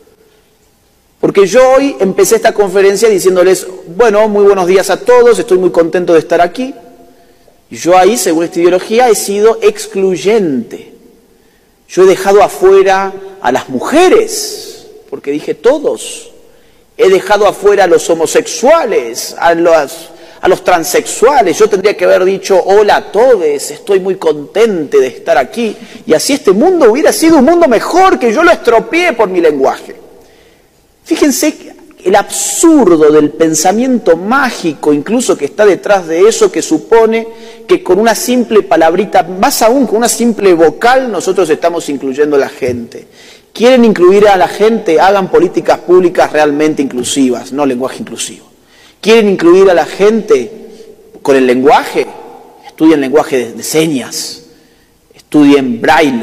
Porque yo hoy empecé esta conferencia diciéndoles, bueno, muy buenos días a todos, estoy muy contento de estar aquí. Y yo ahí, según esta ideología, he sido excluyente. Yo he dejado afuera a las mujeres, porque dije todos. He dejado afuera a los homosexuales, a los, a los transexuales. Yo tendría que haber dicho, hola a todos, estoy muy contente de estar aquí. Y así este mundo hubiera sido un mundo mejor, que yo lo estropeé por mi lenguaje. Fíjense el absurdo del pensamiento mágico, incluso que está detrás de eso, que supone que con una simple palabrita, más aún con una simple vocal, nosotros estamos incluyendo a la gente. Quieren incluir a la gente, hagan políticas públicas realmente inclusivas, no lenguaje inclusivo. Quieren incluir a la gente con el lenguaje, estudien lenguaje de, de señas, estudien braille.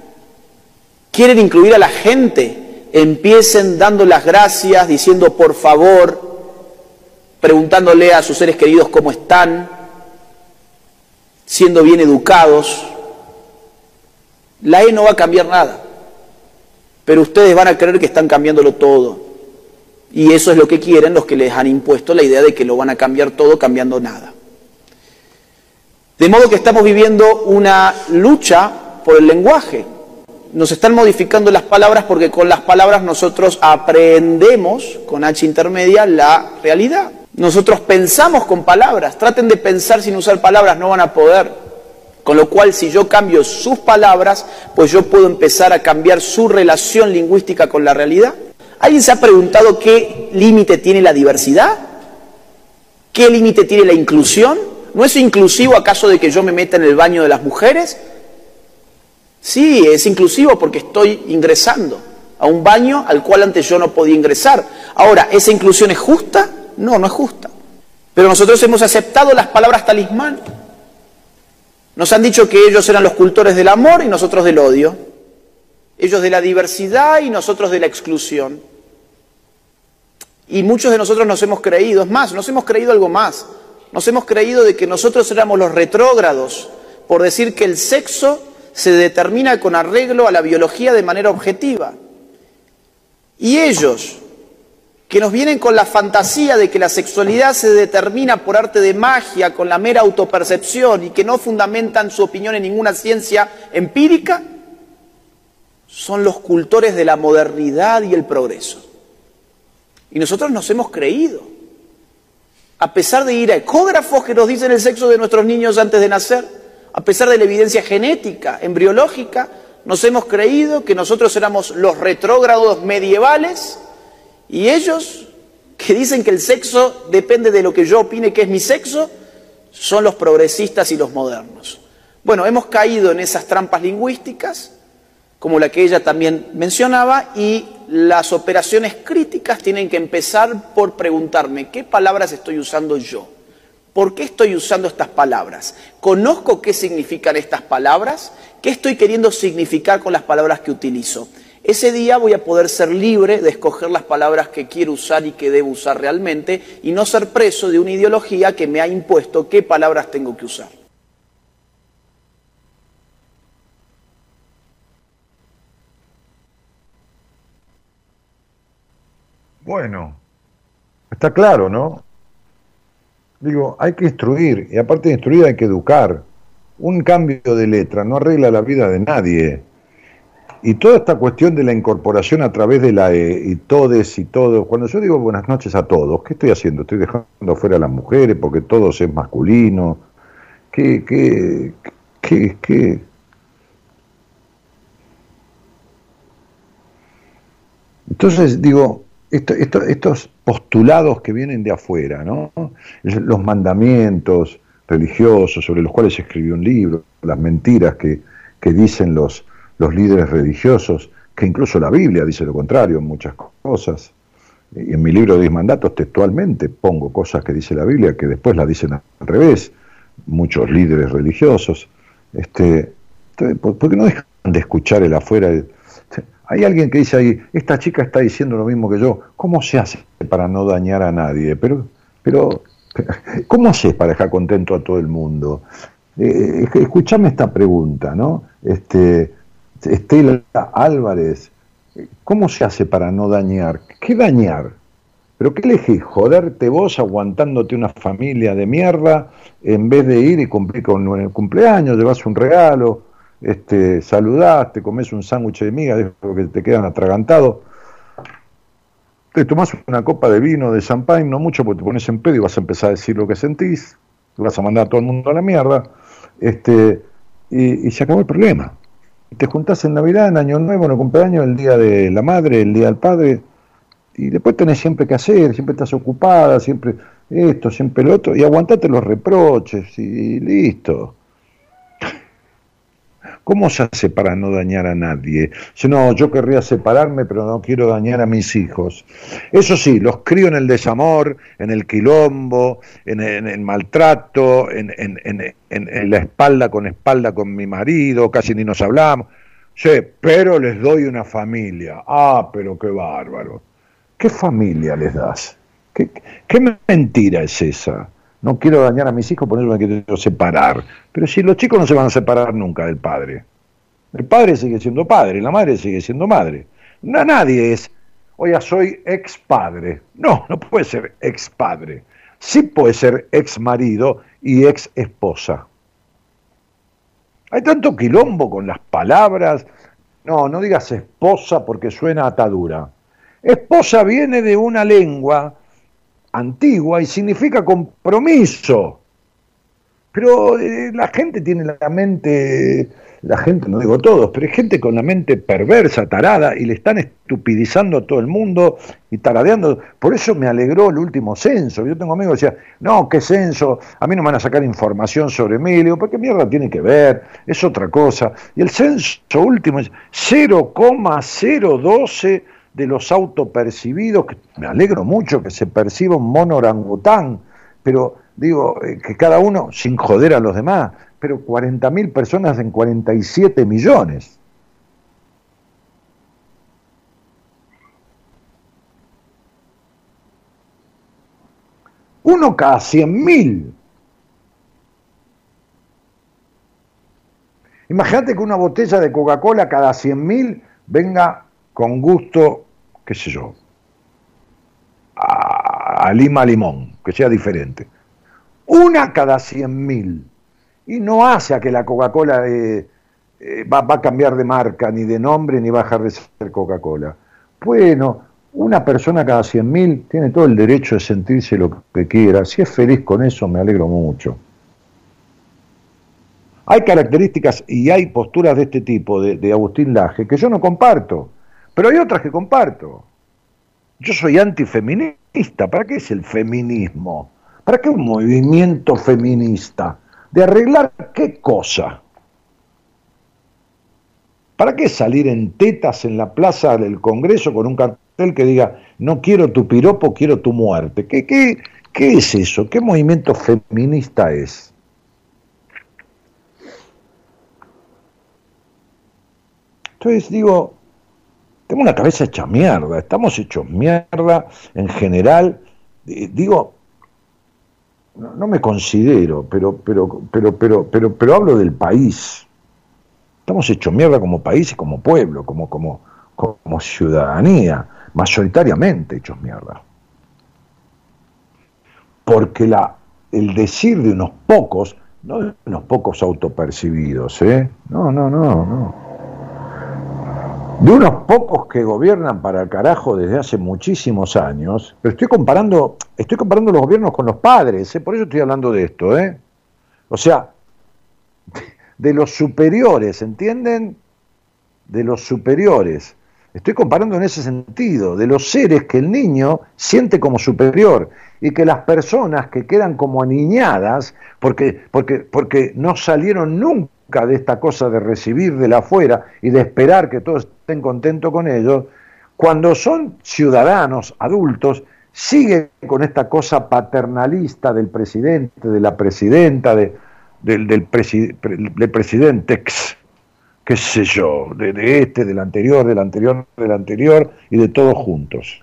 Quieren incluir a la gente, empiecen dando las gracias, diciendo por favor, preguntándole a sus seres queridos cómo están, siendo bien educados. La E no va a cambiar nada. Pero ustedes van a creer que están cambiándolo todo. Y eso es lo que quieren los que les han impuesto la idea de que lo van a cambiar todo cambiando nada. De modo que estamos viviendo una lucha por el lenguaje. nos están modificando las palabras porque con las palabras nosotros aprendemos, con H intermedia, la realidad. Nosotros pensamos con palabras, traten de pensar sin usar palabras, no van a poder. Con lo cual, si yo cambio sus palabras, pues yo puedo empezar a cambiar su relación lingüística con la realidad. ¿Alguien se ha preguntado qué límite tiene la diversidad? ¿Qué límite tiene la inclusión? ¿No es inclusivo acaso de que yo me meta en el baño de las mujeres? Sí, es inclusivo porque estoy ingresando a un baño al cual antes yo no podía ingresar. Ahora, ¿esa inclusión es justa? No, no es justa. Pero nosotros hemos aceptado las palabras talismán. Nos han dicho que ellos eran los cultores del amor y nosotros del odio. Ellos de la diversidad y nosotros de la exclusión. Y muchos de nosotros nos hemos creído, es más, nos hemos creído algo más. Nos hemos creído de que nosotros éramos los retrógrados por decir que el sexo se determina con arreglo a la biología de manera objetiva. Y ellos, que nos vienen con la fantasía de que la sexualidad se determina por arte de magia, con la mera autopercepción y que no fundamentan su opinión en ninguna ciencia empírica, son los cultores de la modernidad y el progreso. Y nosotros nos hemos creído, a pesar de ir a ecógrafos que nos dicen el sexo de nuestros niños antes de nacer, a pesar de la evidencia genética, embriológica, nos hemos creído que nosotros éramos los retrógrados medievales y ellos, que dicen que el sexo depende de lo que yo opine que es mi sexo, son los progresistas y los modernos. Bueno, hemos caído en esas trampas lingüísticas, como la que ella también mencionaba, y las operaciones críticas tienen que empezar por preguntarme ¿qué palabras estoy usando yo? ¿Por qué estoy usando estas palabras? ¿Conozco qué significan estas palabras? ¿Qué estoy queriendo significar con las palabras que utilizo? Ese día voy a poder ser libre de escoger las palabras que quiero usar y que debo usar realmente y no ser preso de una ideología que me ha impuesto qué palabras tengo que usar.
Bueno, está claro, ¿no? Digo, hay que instruir, y aparte de instruir hay que educar. Un cambio de letra no arregla la vida de nadie. Y toda esta cuestión de la incorporación a través de la E, y todes y todos, cuando yo digo buenas noches a todos, ¿qué estoy haciendo? Estoy dejando fuera a las mujeres porque todos es masculino. ¿Qué, qué, qué, qué? Entonces, digo, Esto, esto, estos postulados que vienen de afuera, ¿no? Los mandamientos religiosos sobre los cuales se escribió un libro, las mentiras que, que dicen los, los líderes religiosos, que incluso la Biblia dice lo contrario en muchas cosas. Y en mi libro de diez mandatos textualmente pongo cosas que dice la Biblia que después la dicen al revés, muchos líderes religiosos. Este, ¿por qué no dejan de escuchar el afuera? Hay alguien que dice ahí, esta chica está diciendo lo mismo que yo, ¿cómo se hace para no dañar a nadie? Pero, pero ¿cómo haces para dejar contento a todo el mundo? Eh, escuchame esta pregunta, ¿no? Este, Estela Álvarez, ¿cómo se hace para no dañar? ¿Qué dañar? ¿Pero qué elegís? ¿Joderte vos aguantándote una familia de mierda en vez de ir y cumplir con el cumpleaños, llevas un regalo? Este, saludás, te comes un sándwich de miga, de que te quedan atragantados, te tomás una copa de vino, de champán, no mucho porque te pones en pedo y vas a empezar a decir lo que sentís, te vas a mandar a todo el mundo a la mierda, este, y, y se acabó el problema. Te juntás en Navidad, en Año Nuevo, en el cumpleaños, el día de la madre, el día del padre, y después tenés siempre que hacer, siempre estás ocupada, siempre esto, siempre lo otro, y aguantate los reproches y listo. ¿Cómo se hace para no dañar a nadie? Si no, yo querría separarme, pero no quiero dañar a mis hijos. Eso sí, los crío en el desamor, en el quilombo, en el, en el maltrato, en, en, en, en, en la espalda con espalda con mi marido, casi ni nos hablamos. Sí, pero les doy una familia. Ah, pero qué bárbaro. ¿Qué familia les das? ¿Qué, qué mentira es esa? No quiero dañar a mis hijos, por eso me quiero separar. Pero si los chicos no se van a separar nunca del padre. El padre sigue siendo padre, la madre sigue siendo madre. No, nadie es, oiga, soy ex padre. No, no puede ser ex padre. Sí puede ser ex marido y ex esposa. Hay tanto quilombo con las palabras. No, no digas esposa porque suena atadura. Esposa viene de una lengua antigua y significa compromiso. Pero eh, la gente tiene la mente, la gente, no digo todos, pero hay gente con la mente perversa, tarada, y le están estupidizando a todo el mundo y taradeando. Por eso me alegró el último censo. Yo tengo amigos que decían, no, ¿qué censo? A mí no me van a sacar información sobre mí. Le digo, ¿pero qué mierda tiene que ver? Es otra cosa. Y el censo último es cero coma cero doce de los autopercibidos, que me alegro mucho que se perciba un mono orangután, pero digo, eh, que cada uno, sin joder a los demás, pero cuarenta mil personas en cuarenta y siete millones. Uno cada cien mil. Imagínate que una botella de Coca-Cola cada cien mil venga con gusto, qué sé yo, a, a lima limón, que sea diferente. Una cada cien mil. Y no hace a que la Coca-Cola eh, eh, va, va a cambiar de marca, ni de nombre, ni va a dejar de ser Coca-Cola. Bueno, una persona cada cien mil tiene todo el derecho de sentirse lo que quiera. Si es feliz con eso, me alegro mucho. Hay características y hay posturas de este tipo, de, de Agustín Laje, que yo no comparto, pero hay otras que comparto. Yo soy antifeminista. ¿Para qué es el feminismo? ¿Para qué un movimiento feminista? ¿De arreglar qué cosa? ¿Para qué salir en tetas en la plaza del Congreso con un cartel que diga no quiero tu piropo, quiero tu muerte? ¿Qué, qué, qué es eso? ¿Qué movimiento feminista es? Entonces digo, tengo una cabeza hecha mierda, estamos hechos mierda en general. Digo, no, no me considero, pero, pero, pero, pero, pero, pero hablo del país. Estamos hechos mierda como país y como pueblo, como, como, como ciudadanía, mayoritariamente hechos mierda. Porque la, el decir de unos pocos, no de unos pocos autopercibidos, ¿eh? No, no, no, no. De unos pocos que gobiernan para el carajo desde hace muchísimos años, pero estoy comparando, estoy comparando los gobiernos con los padres, ¿eh? Por eso estoy hablando de esto, ¿eh? O sea, de los superiores, ¿entienden? De los superiores. Estoy comparando en ese sentido, de los seres que el niño siente como superior y que las personas que quedan como aniñadas, porque, porque, porque no salieron nunca de esta cosa de recibir de la afuera y de esperar que todos estén contentos con ellos, cuando son ciudadanos adultos, siguen con esta cosa paternalista del presidente, de la presidenta, de, del, del, presi, del presidente, qué sé yo, de, de este, del anterior, del anterior, del anterior y de todos juntos.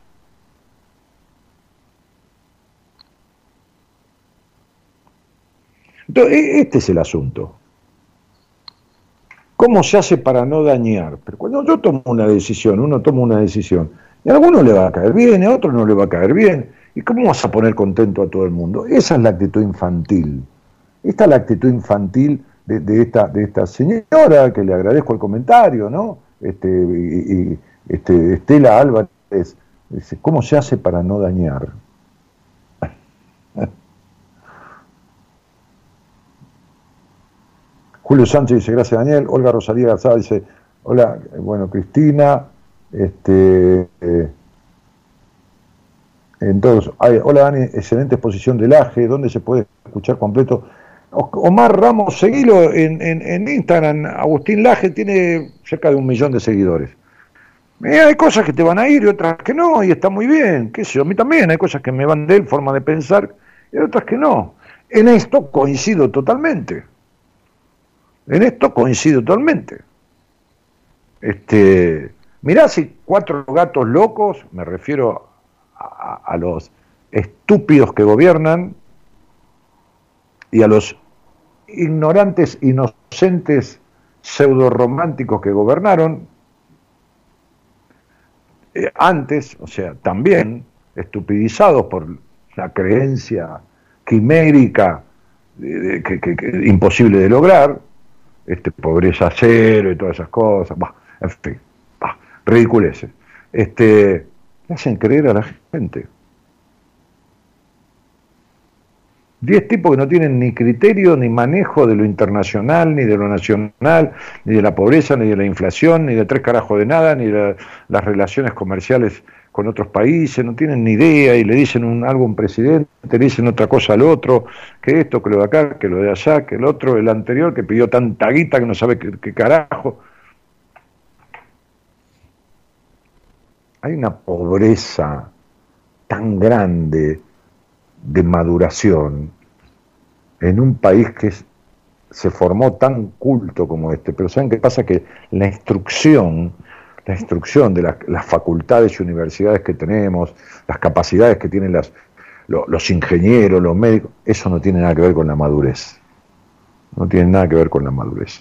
Entonces, este es el asunto. ¿Cómo se hace para no dañar? Pero cuando yo tomo una decisión, uno toma una decisión, y a alguno le va a caer bien, y a otro no le va a caer bien. ¿Y cómo vas a poner contento a todo el mundo? Esa es la actitud infantil. Esta es la actitud infantil de, de, esta, de esta señora, que le agradezco el comentario, ¿no? Este, y, y, este, Estela Álvarez, dice, ¿cómo se hace para no dañar? Julio Sánchez dice, gracias Daniel. Olga Rosalía Garzada dice, hola, bueno, Cristina, este, eh, entonces, ay, hola Dani, excelente exposición del Laje, ¿dónde se puede escuchar completo? Omar Ramos, seguilo en, en, en Instagram, Agustín Laje tiene cerca de un millón de seguidores. Eh, hay cosas que te van a ir y otras que no, y está muy bien, qué sé yo, a mí también hay cosas que me van de él, forma de pensar, y otras que no. En esto coincido totalmente. En esto coincido totalmente. Este, mirá si cuatro gatos locos, me refiero a, a los estúpidos que gobiernan y a los ignorantes, inocentes, pseudorrománticos que gobernaron eh, antes, o sea, también estupidizados por la creencia quimérica eh, que, que, que imposible de lograr, este, pobreza cero y todas esas cosas. Bah, en fin, ah, ridiculeces. Este, le hacen creer a la gente. Diez tipos que no tienen ni criterio ni manejo de lo internacional, ni de lo nacional, ni de la pobreza, ni de la inflación, ni de tres carajos de nada, ni de la, las relaciones comerciales con otros países, no tienen ni idea y le dicen un, algo a un presidente, le dicen otra cosa al otro, que esto, que lo de acá, que lo de allá, que el otro, el anterior, que pidió tanta guita que no sabe qué, qué carajo. Hay una pobreza tan grande de maduración en un país que es, se formó tan culto como este, pero ¿saben qué pasa? Que la instrucción, la instrucción de la, las facultades y universidades que tenemos, las capacidades que tienen las, los, los ingenieros, los médicos, eso no tiene nada que ver con la madurez, no tiene nada que ver con la madurez.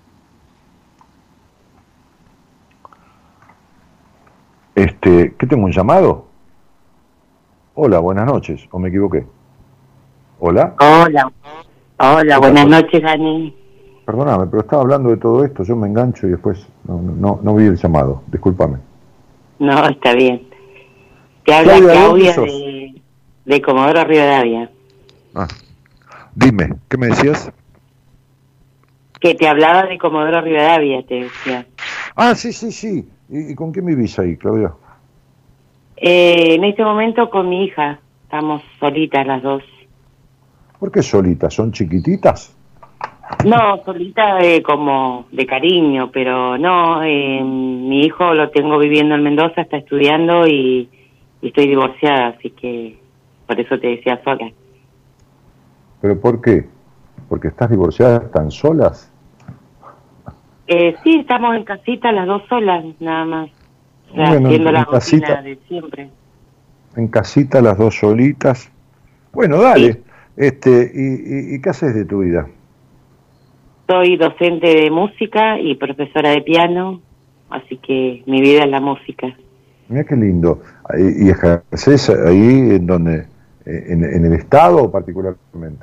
Este, ¿qué tengo un llamado? Hola, buenas noches, ¿o me equivoqué? ¿Hola?
Hola, hola, buenas noches, Dani.
Perdóname, pero estaba hablando de todo esto, yo me engancho y después no, no, no vi el llamado, discúlpame.
No, está bien. Te habla
Claudia,
Claudia
¿de,
de, de Comodoro Rivadavia.
Ah, dime, ¿qué me decías?
Que te hablaba de Comodoro Rivadavia, te decía.
Ah, sí, sí, sí. ¿Y, y con quién vivís ahí, Claudia?
Eh, en este momento con mi hija, estamos solitas las dos.
¿Por qué solitas? ¿Son chiquititas?
No, solita de, como de cariño, pero no, eh, mi hijo lo tengo viviendo en Mendoza, está estudiando y, y estoy divorciada, así que por eso te decía sola.
¿Pero por qué? ¿Porque estás divorciada, están solas?
Eh, sí, estamos en casita las dos solas, nada más. O sea,
bueno,
haciendo
en
la
casita,
rutina de siempre.
En casita las dos solitas. Bueno, dale.
Sí.
Este, y, y, ¿y qué haces de tu vida?
Soy docente de música y profesora de piano, así que mi vida es la música.
Mira qué lindo. ¿Y, y ejerces ahí en donde, en, en el Estado o particularmente?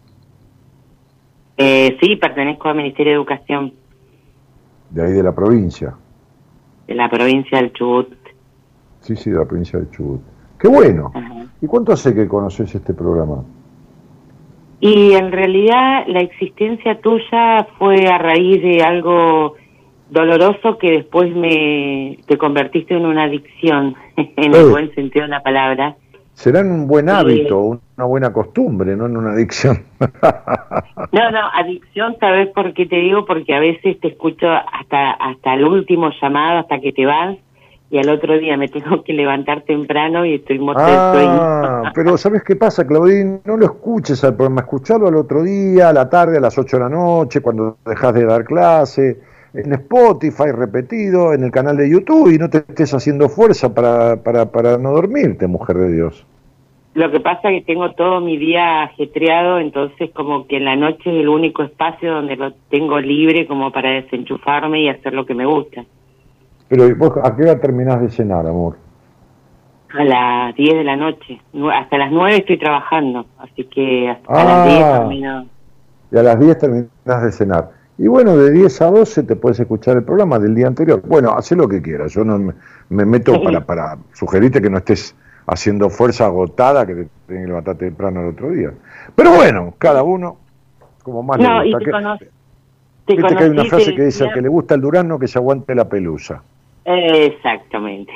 Eh, sí, pertenezco al Ministerio de Educación.
De ahí de la provincia.
De la provincia del Chubut.
Sí, sí, de la provincia del Chubut. ¡Qué bueno!
Ajá.
¿Y cuánto hace que conoces este programa?
Y en realidad la existencia tuya fue a raíz de algo doloroso que después me te convertiste en una adicción, en
eh,
el buen sentido de la palabra.
Será en un buen hábito,
eh,
una buena costumbre, no en una adicción.
No, no, adicción, ¿sabes por qué te digo? Porque a veces te escucho hasta hasta el último llamado, hasta que te vas, y al otro día me tengo que levantar temprano y estoy muerta
ah,
de sueño.
Pero ¿sabes qué pasa, Claudín? No lo escuches al programa, escuchalo al otro día, a la tarde, a las ocho de la noche, cuando dejas de dar clase, en Spotify repetido, en el canal de YouTube, y no te estés haciendo fuerza para, para, para no dormirte, mujer de Dios.
Lo que pasa es que tengo todo mi día ajetreado, entonces como que en la noche es el único espacio donde lo tengo libre como para desenchufarme y hacer lo que me gusta.
Pero vos, ¿a qué hora terminás de cenar, amor?
A las diez de la noche. Hasta las nueve estoy trabajando, así que hasta
ah,
las diez termino.
Y a las diez terminás de cenar. Y bueno, de diez a doce te puedes escuchar el programa del día anterior. Bueno, haz lo que quieras. Yo no me, me meto para, para sugerirte que no estés haciendo fuerza agotada, que te tenés que levantar temprano el otro día. Pero bueno, cada uno como más
no,
le gusta.
Y te
que,
cono- te
Viste
conocí,
que hay una frase que dice,
decía...
al que le gusta el durazno, que se aguante la pelusa.
Exactamente.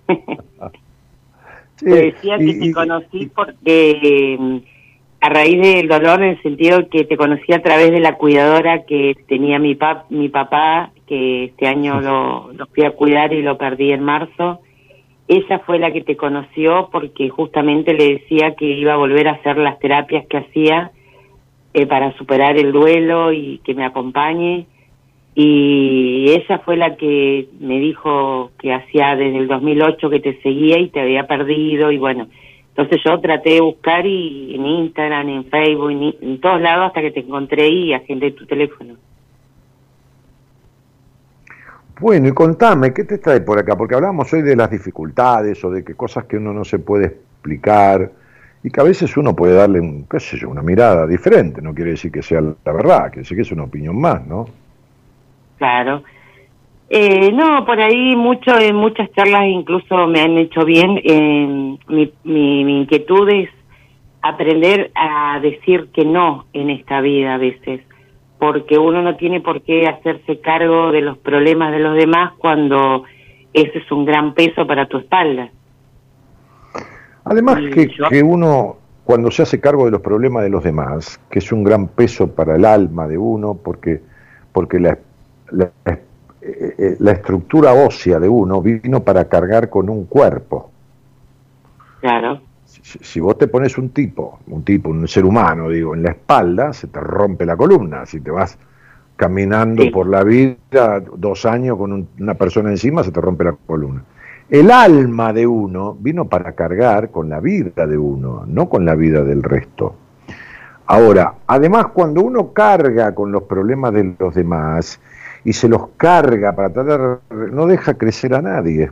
Sí,
te decía que
y,
te
y,
conocí y... porque eh, a raíz del dolor, en el sentido que te conocí a través de la cuidadora que tenía mi, pap, mi papá, que este año lo, lo fui a cuidar y lo perdí en marzo. Ella fue la que te conoció porque justamente le decía que iba a volver a hacer las terapias que hacía eh, para superar el duelo y que me acompañe. Y ella fue la que me dijo que hacía desde el dos mil ocho que te seguía y te había perdido, y bueno, entonces yo traté de buscar y en Instagram, en Facebook, en, en todos lados hasta que te encontré y agendé tu teléfono.
Bueno, y contame, ¿qué te trae por acá? Porque hablamos hoy de las dificultades o de que cosas que uno no se puede explicar y que a veces uno puede darle, un, qué sé yo, una mirada diferente. No quiere decir que sea la verdad, quiere decir que es una opinión más, ¿no?
Claro. Eh, no, por ahí mucho, en muchas charlas incluso me han hecho bien. Eh, mi, mi, mi inquietud es aprender a decir que no en esta vida a veces, porque uno no tiene por qué hacerse cargo de los problemas de los demás cuando ese es un gran peso para tu espalda.
Además
Y
que,
yo-
que uno, cuando se hace cargo de los problemas de los demás, que es un gran peso para el alma de uno, porque, porque la, la, eh, la estructura ósea de uno vino para cargar con un cuerpo.
Claro.
Si, si vos te pones un tipo, un tipo, un ser humano, digo, en la espalda, se te rompe la columna. Si te vas caminando
Sí.
por la vida dos años con un- una persona encima, se te rompe la columna. El alma de uno vino para cargar con la vida de uno, no con la vida del resto. Ahora, además, cuando uno carga con los problemas de los demás y se los carga para tratar, no deja crecer a nadie.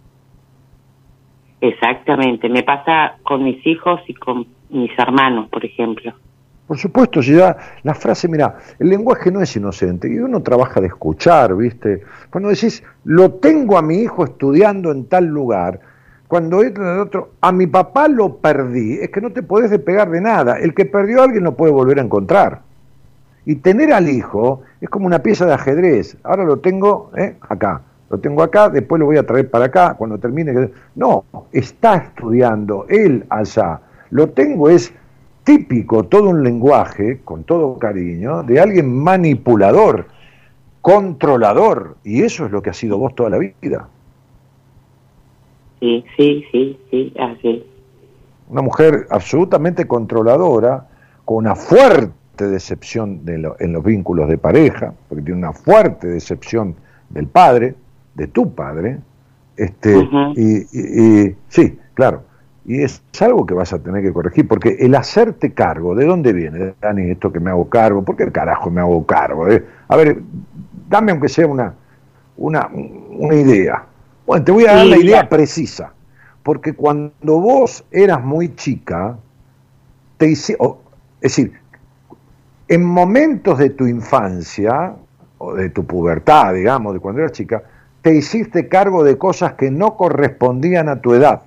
Exactamente, me pasa con mis hijos y con mis hermanos, por ejemplo.
Por supuesto, si ya la frase, mira, el lenguaje no es inocente y uno trabaja de escuchar, ¿viste? Cuando decís, lo tengo a mi hijo estudiando en tal lugar, cuando es de otro, a mi papá lo perdí, es que no te podés despegar de nada. El que perdió a alguien lo puede volver a encontrar. Y tener al hijo es como una pieza de ajedrez. Ahora lo tengo ¿eh? acá, lo tengo acá, después lo voy a traer para acá, cuando termine. No, está estudiando él allá. Lo tengo es típico, todo un lenguaje, con todo cariño, de alguien manipulador, controlador, y eso es lo que ha sido vos toda la vida.
Sí, sí, sí, sí, así.
Una mujer absolutamente controladora, con una fuerte decepción de lo, en los vínculos de pareja, porque tiene una fuerte decepción del padre, de tu padre, este,
Ujú.
y, y- y- sí, claro, y es algo que vas a tener que corregir, porque el hacerte cargo, ¿de dónde viene, Dani, esto que me hago cargo? ¿Por qué carajo me hago cargo? eh? A ver, dame aunque sea una, una, una idea. Bueno, te voy a dar
Sí,
la idea
ya.
precisa, porque cuando vos eras muy chica, te hice, o- es decir, en momentos de tu infancia, o de tu pubertad, digamos, de cuando eras chica, te hiciste cargo de cosas que no correspondían a tu edad.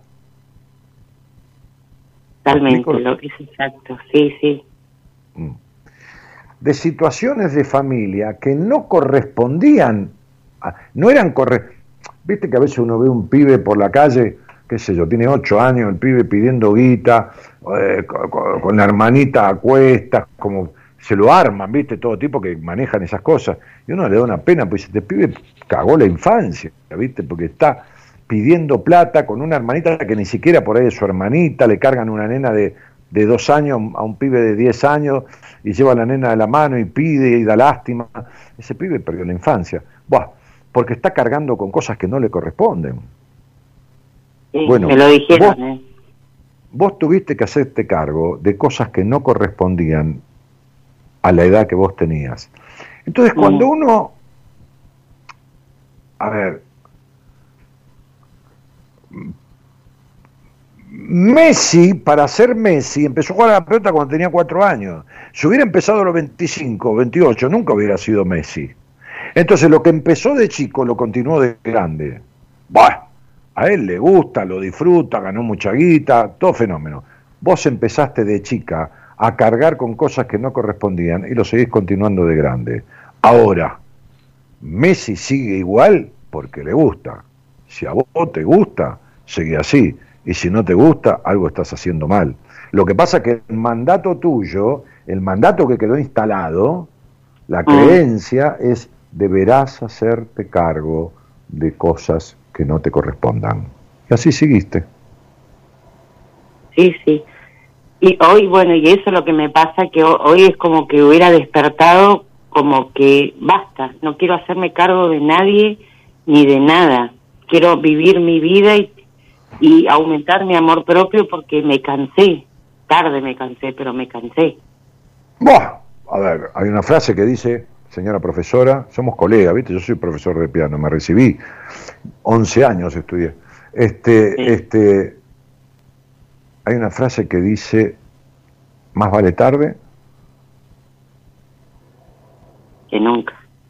Totalmente,
explico?
lo que es exacto, sí, sí.
De situaciones de familia que no correspondían, a- no eran corre... Viste que a veces uno ve un pibe por la calle, qué sé yo, tiene ocho años, el pibe pidiendo guita, eh, con, con- con la hermanita a cuestas, como se lo arman, viste, todo tipo que manejan esas cosas, y uno le da una pena, pues este pibe cagó la infancia, viste, porque está pidiendo plata con una hermanita que ni siquiera por ahí es su hermanita, le cargan una nena de, de dos años a un pibe de diez años y lleva a la nena de la mano y pide y da lástima. Ese pibe perdió la infancia. Buah, porque está cargando con cosas que no le corresponden.
Sí,
Bueno,
me lo dijeron,
vos-
¿eh?
Vos tuviste que hacerte cargo de cosas que no correspondían a la edad que vos tenías. Entonces, cuando
Mm.
uno, a ver, Messi, para ser Messi, empezó a jugar a la pelota cuando tenía cuatro años. Si hubiera empezado a los veinticinco, veintiocho, nunca hubiera sido Messi. Entonces, lo que empezó de chico lo continuó de grande. Bueno, a él le gusta, lo disfruta, ganó mucha guita, todo fenómeno. Vos empezaste de chica a cargar con cosas que no correspondían y lo seguís continuando de grande. Ahora, Messi sigue igual porque le gusta. Si a vos te gusta, sigue así. Y si no te gusta, algo estás haciendo mal. Lo que pasa es que el mandato tuyo, el mandato que quedó instalado, la creencia es: deberás hacerte cargo de cosas que no te correspondan. Y así seguiste.
Sí, sí. Y hoy, bueno, y eso es lo que me pasa, que ho- hoy es como que hubiera despertado como que basta, no quiero hacerme cargo de nadie ni de nada. Quiero vivir mi vida y, y aumentar mi amor propio porque me cansé. Tarde me cansé, pero me cansé.
Buah, a ver, hay una frase que dice, señora profesora, somos colegas, ¿viste? Yo soy profesor de piano, me recibí, once años estudié. Este,
Sí.
este, hay una frase que dice, más vale tarde
Que nunca.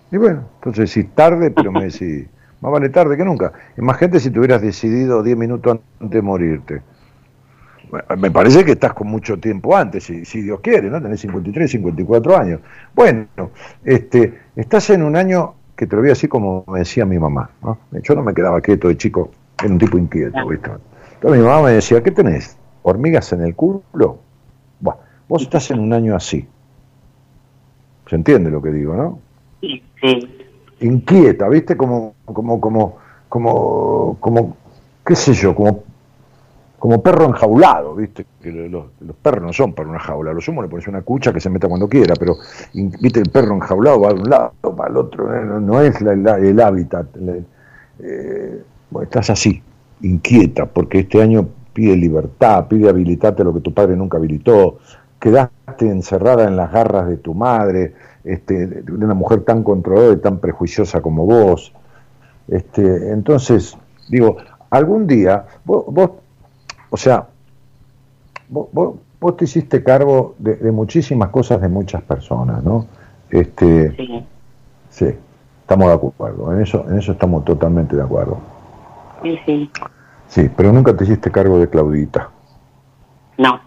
Y bueno, entonces sí, tarde, pero me decidí. Más vale tarde que nunca. Imagínate si te hubieras decidido diez minutos antes de morirte. Me parece que estás con mucho tiempo antes, si, si Dios quiere, ¿no? Tenés cincuenta y tres, cincuenta y cuatro años. Bueno, este, estás en un año que te lo voy a decir como me decía mi mamá, ¿no? Yo no me quedaba quieto de chico, era un tipo inquieto, ¿viste? Entonces mi mamá me decía, ¿qué tenés? ¿Hormigas en el culo? Bueno, vos estás en un año así. ¿Se entiende lo que digo, no?
Sí, sí.
Inquieta, ¿viste? Como, como, como, como, como, qué sé yo, como, como perro enjaulado, ¿viste? Que los, los perros no son para una jaula, los humos le pones una cucha que se meta cuando quiera, pero, ¿viste? El perro enjaulado va de un lado, va al otro, no, no es la, la, el hábitat. La, eh, bueno, estás así, inquieta, porque este año pide libertad, pide habilitarte lo que tu padre nunca habilitó, quedaste encerrada en las garras de tu madre, este, de una mujer tan controladora y tan prejuiciosa como vos. Este, entonces, digo, algún día, vos, vos o sea, vos, vos, vos te hiciste cargo de, de muchísimas cosas de muchas personas, ¿no? Este,
Sí.
Sí, estamos de acuerdo, en eso, en eso estamos totalmente de acuerdo.
Sí, sí.
Sí, pero nunca te hiciste cargo de Claudita.
No.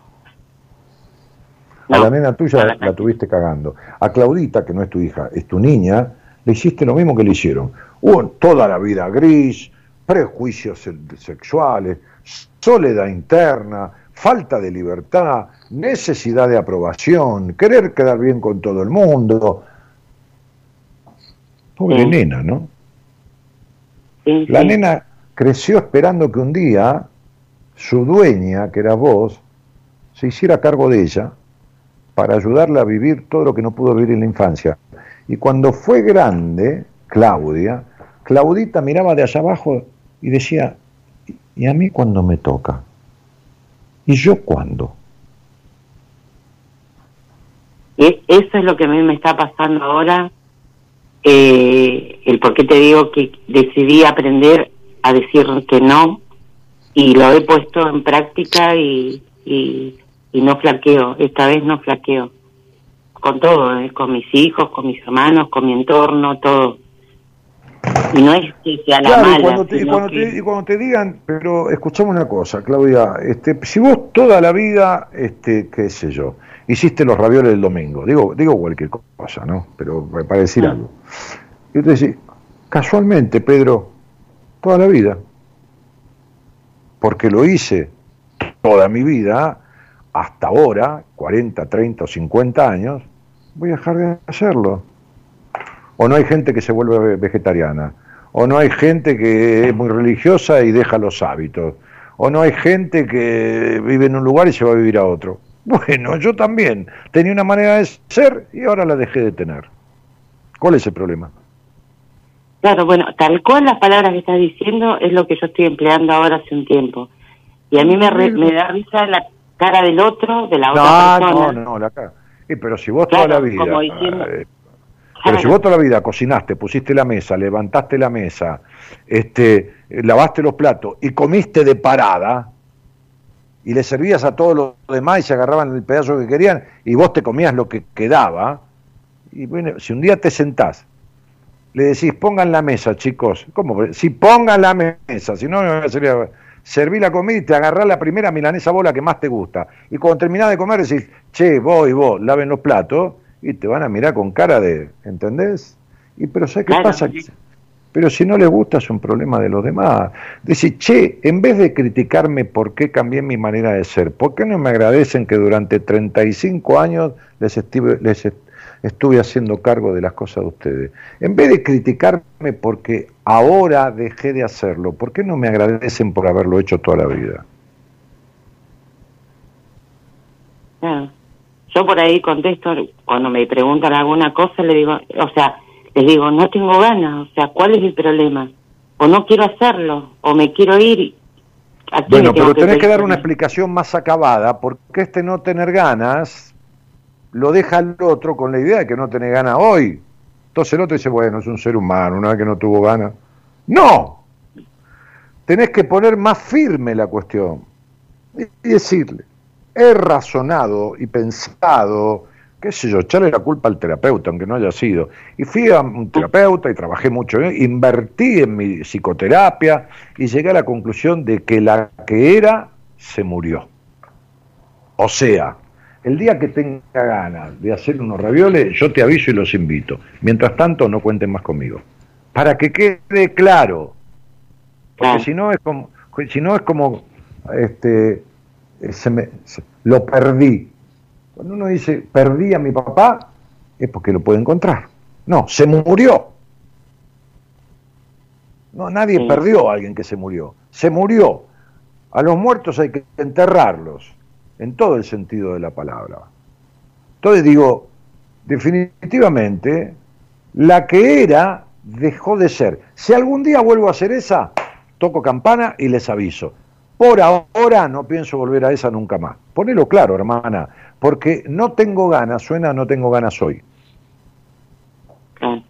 A la nena tuya la, la tuviste cagando. A Claudita, que no es tu hija, es tu niña, le hiciste lo mismo que le hicieron. Hubo toda la vida gris, prejuicios sexuales, soledad interna, falta de libertad, necesidad de aprobación, querer quedar bien con todo el mundo. Pobre
Sí.
nena, ¿no?
Sí,
La
sí.
nena creció esperando que un día su dueña, que era vos, se hiciera cargo de ella para ayudarla a vivir todo lo que no pudo vivir en la infancia. Y cuando fue grande, Claudia, Claudita miraba de allá abajo y decía, ¿y a mí cuándo me toca? ¿Y yo cuándo?
E- Eso es lo que a mí me está pasando ahora, eh, el por qué te digo que decidí aprender a decir que no, y lo he puesto en práctica y, y, y no flaqueo, esta vez no flaqueo, con todo, eh, con mis hijos, con mis hermanos, con mi entorno, todo. Y no es que sea la
Claro,
mala,
y cuando, te, y,
sino
cuando
que-
te, y cuando te digan, pero escuchame una cosa, Claudia, este, si vos toda la vida, este, qué sé yo, hiciste los ravioles del domingo, digo, digo cualquier cosa, ¿no? Pero para decir
Ah.
algo. Y te decís, casualmente, Pedro, toda la vida, porque lo hice toda mi vida, hasta ahora, cuarenta, treinta o cincuenta años, voy a dejar de hacerlo. O no hay gente que se vuelve vegetariana, o no hay gente que es muy religiosa y deja los hábitos, o no hay gente que vive en un lugar y se va a vivir a otro. Bueno, yo también tenía una manera de ser y ahora la dejé de tener. ¿Cuál es el problema?
Claro, bueno, tal cual las palabras que estás diciendo es lo que yo estoy empleando ahora hace un tiempo. Y a mí me, re- me da risa la cara del otro, de la otra
No,
persona.
no, no, la cara. Eh, pero si vos
Claro,
toda la vida...
como diciendo-
eh, Pero si vos toda la vida cocinaste, pusiste la mesa, levantaste la mesa, este, lavaste los platos y comiste de parada y le servías a todos los demás y se agarraban el pedazo que querían y vos te comías lo que quedaba, y bueno, si un día te sentás, le decís, pongan la mesa, chicos, ¿cómo? Si pongan la mesa, si no me va a servir, serví la comida y te agarrás la primera milanesa bola que más te gusta, y cuando terminás de comer decís, che, vos y vos, laven los platos, y te van a mirar con cara de, ¿entendés? Y pero ¿sabes qué
Claro,
pasa?
sí.
Pero si no les gusta es un problema de los demás. Decir, che, en vez de criticarme por qué cambié mi manera de ser, ¿por qué no me agradecen que durante treinta y cinco años les estuve, les est- estuve haciendo cargo de las cosas de ustedes? En vez de criticarme porque ahora dejé de hacerlo, ¿por qué no me agradecen por haberlo hecho toda la vida?
Claro. Yo por ahí contesto, cuando me preguntan alguna cosa, le digo, o sea, les digo, no tengo ganas, o sea, ¿cuál es el problema? O no quiero hacerlo, o me quiero ir. y- ¿a quién
Bueno,
le tengo
pero tenés que dar
pedir?
una explicación más acabada, porque este no tener ganas lo deja al otro con la idea de que no tenés ganas hoy. Entonces el otro dice, bueno, es un ser humano, una vez que no tuvo ganas. ¡No! Tenés que poner más firme la cuestión y y decirle, he razonado y pensado qué sé yo, echarle la culpa al terapeuta, aunque no haya sido. Y fui a un terapeuta y trabajé mucho, ¿eh? Invertí en mi psicoterapia y llegué a la conclusión de que la que era se murió. O sea, el día que tenga ganas de hacer unos ravioles, yo te aviso y los invito. Mientras tanto, no cuenten más conmigo. Para que quede claro. Porque si no es como, si no es como, este, se me, se, lo perdí. Cuando uno dice, perdí a mi papá, es porque lo puede encontrar. No, se murió. No, nadie sí. perdió a alguien que se murió. Se murió. A los muertos hay que enterrarlos, en todo el sentido de la palabra. Entonces digo, definitivamente, la que era dejó de ser. Si algún día vuelvo a ser esa, toco campana y les aviso. Por ahora no pienso volver a esa nunca más. Ponelo claro, hermana, porque no tengo ganas, suena no tengo ganas hoy.
Claro.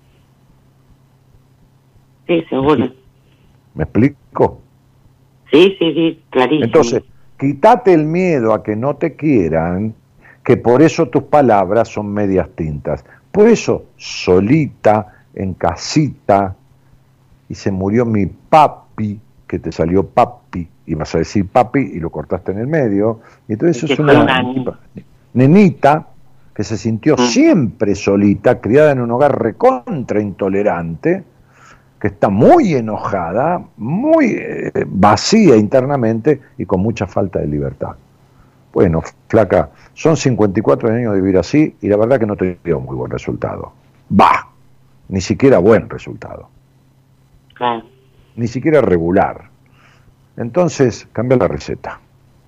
Sí, seguro.
¿Me explico?
Sí, sí, sí, clarísimo.
Entonces, quítate el miedo a que no te quieran, que por eso tus palabras son medias tintas. Por eso, solita, en casita, y se murió mi papi, que te salió papi, y vas a decir papi, y lo cortaste en el medio, y entonces eso es una, una nenita que se sintió mm. siempre solita, criada en un hogar recontra intolerante, que está muy enojada, muy eh, vacía internamente y con mucha falta de libertad. Bueno, flaca, son cincuenta y cuatro años de vivir así y la verdad que no te dio muy buen resultado. Bah, ni siquiera buen resultado.
Claro.
Ni siquiera regular. Entonces, cambia la receta.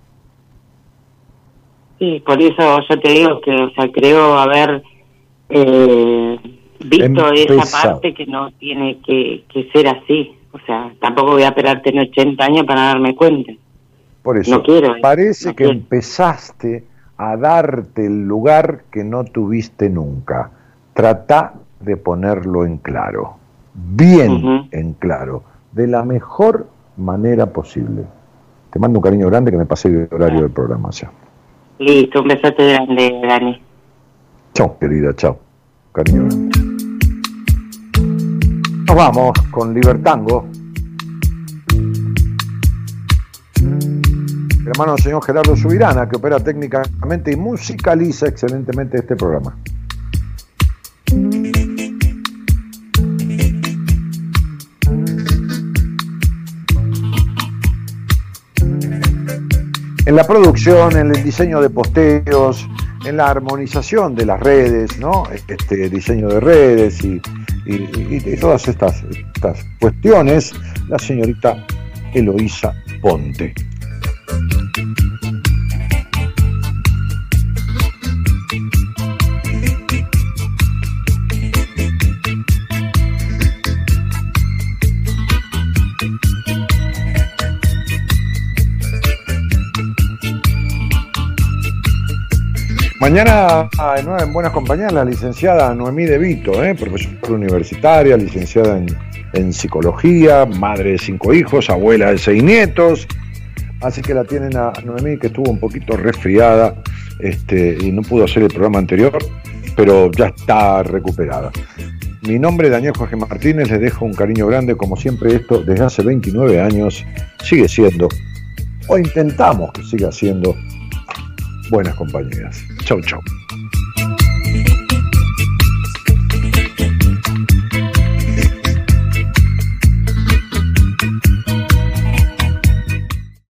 Sí, por eso yo te digo que, o sea, creo haber eh, visto Empezado. esa parte que no tiene que, que ser así. O sea, tampoco voy a esperar tener ochenta años para darme cuenta.
Por eso,
no quiero,
parece
no
que
quiero.
empezaste a darte el lugar que no tuviste nunca. Trata de ponerlo en claro, bien uh-huh. en claro, de la mejor manera posible. Te mando un cariño grande, que me pasé el horario uh-huh. del programa ya.
Listo, un besote grande, Dani.
Chao, querida, chao. Cariño grande. Nos vamos con Libertango. El hermano del señor Gerardo Subirana, que opera técnicamente y musicaliza excelentemente este programa. En la producción, en el diseño de posteos, en la armonización de las redes, ¿no? Este diseño de redes y, y, y, y todas estas, estas cuestiones, la señorita Eloísa Ponte. Mañana de nuevo en Buenas Compañías la licenciada Noemí De Vito, ¿eh? profesora universitaria, licenciada en, en psicología, madre de cinco hijos, abuela de seis nietos, así que la tienen a Noemí, que estuvo un poquito resfriada este, y no pudo hacer el programa anterior, pero ya está recuperada. Mi nombre es Daniel Jorge Martínez, les dejo un cariño grande, como siempre esto desde hace veintinueve años sigue siendo, o intentamos que siga siendo, Buenas Compañías. Chau, chau.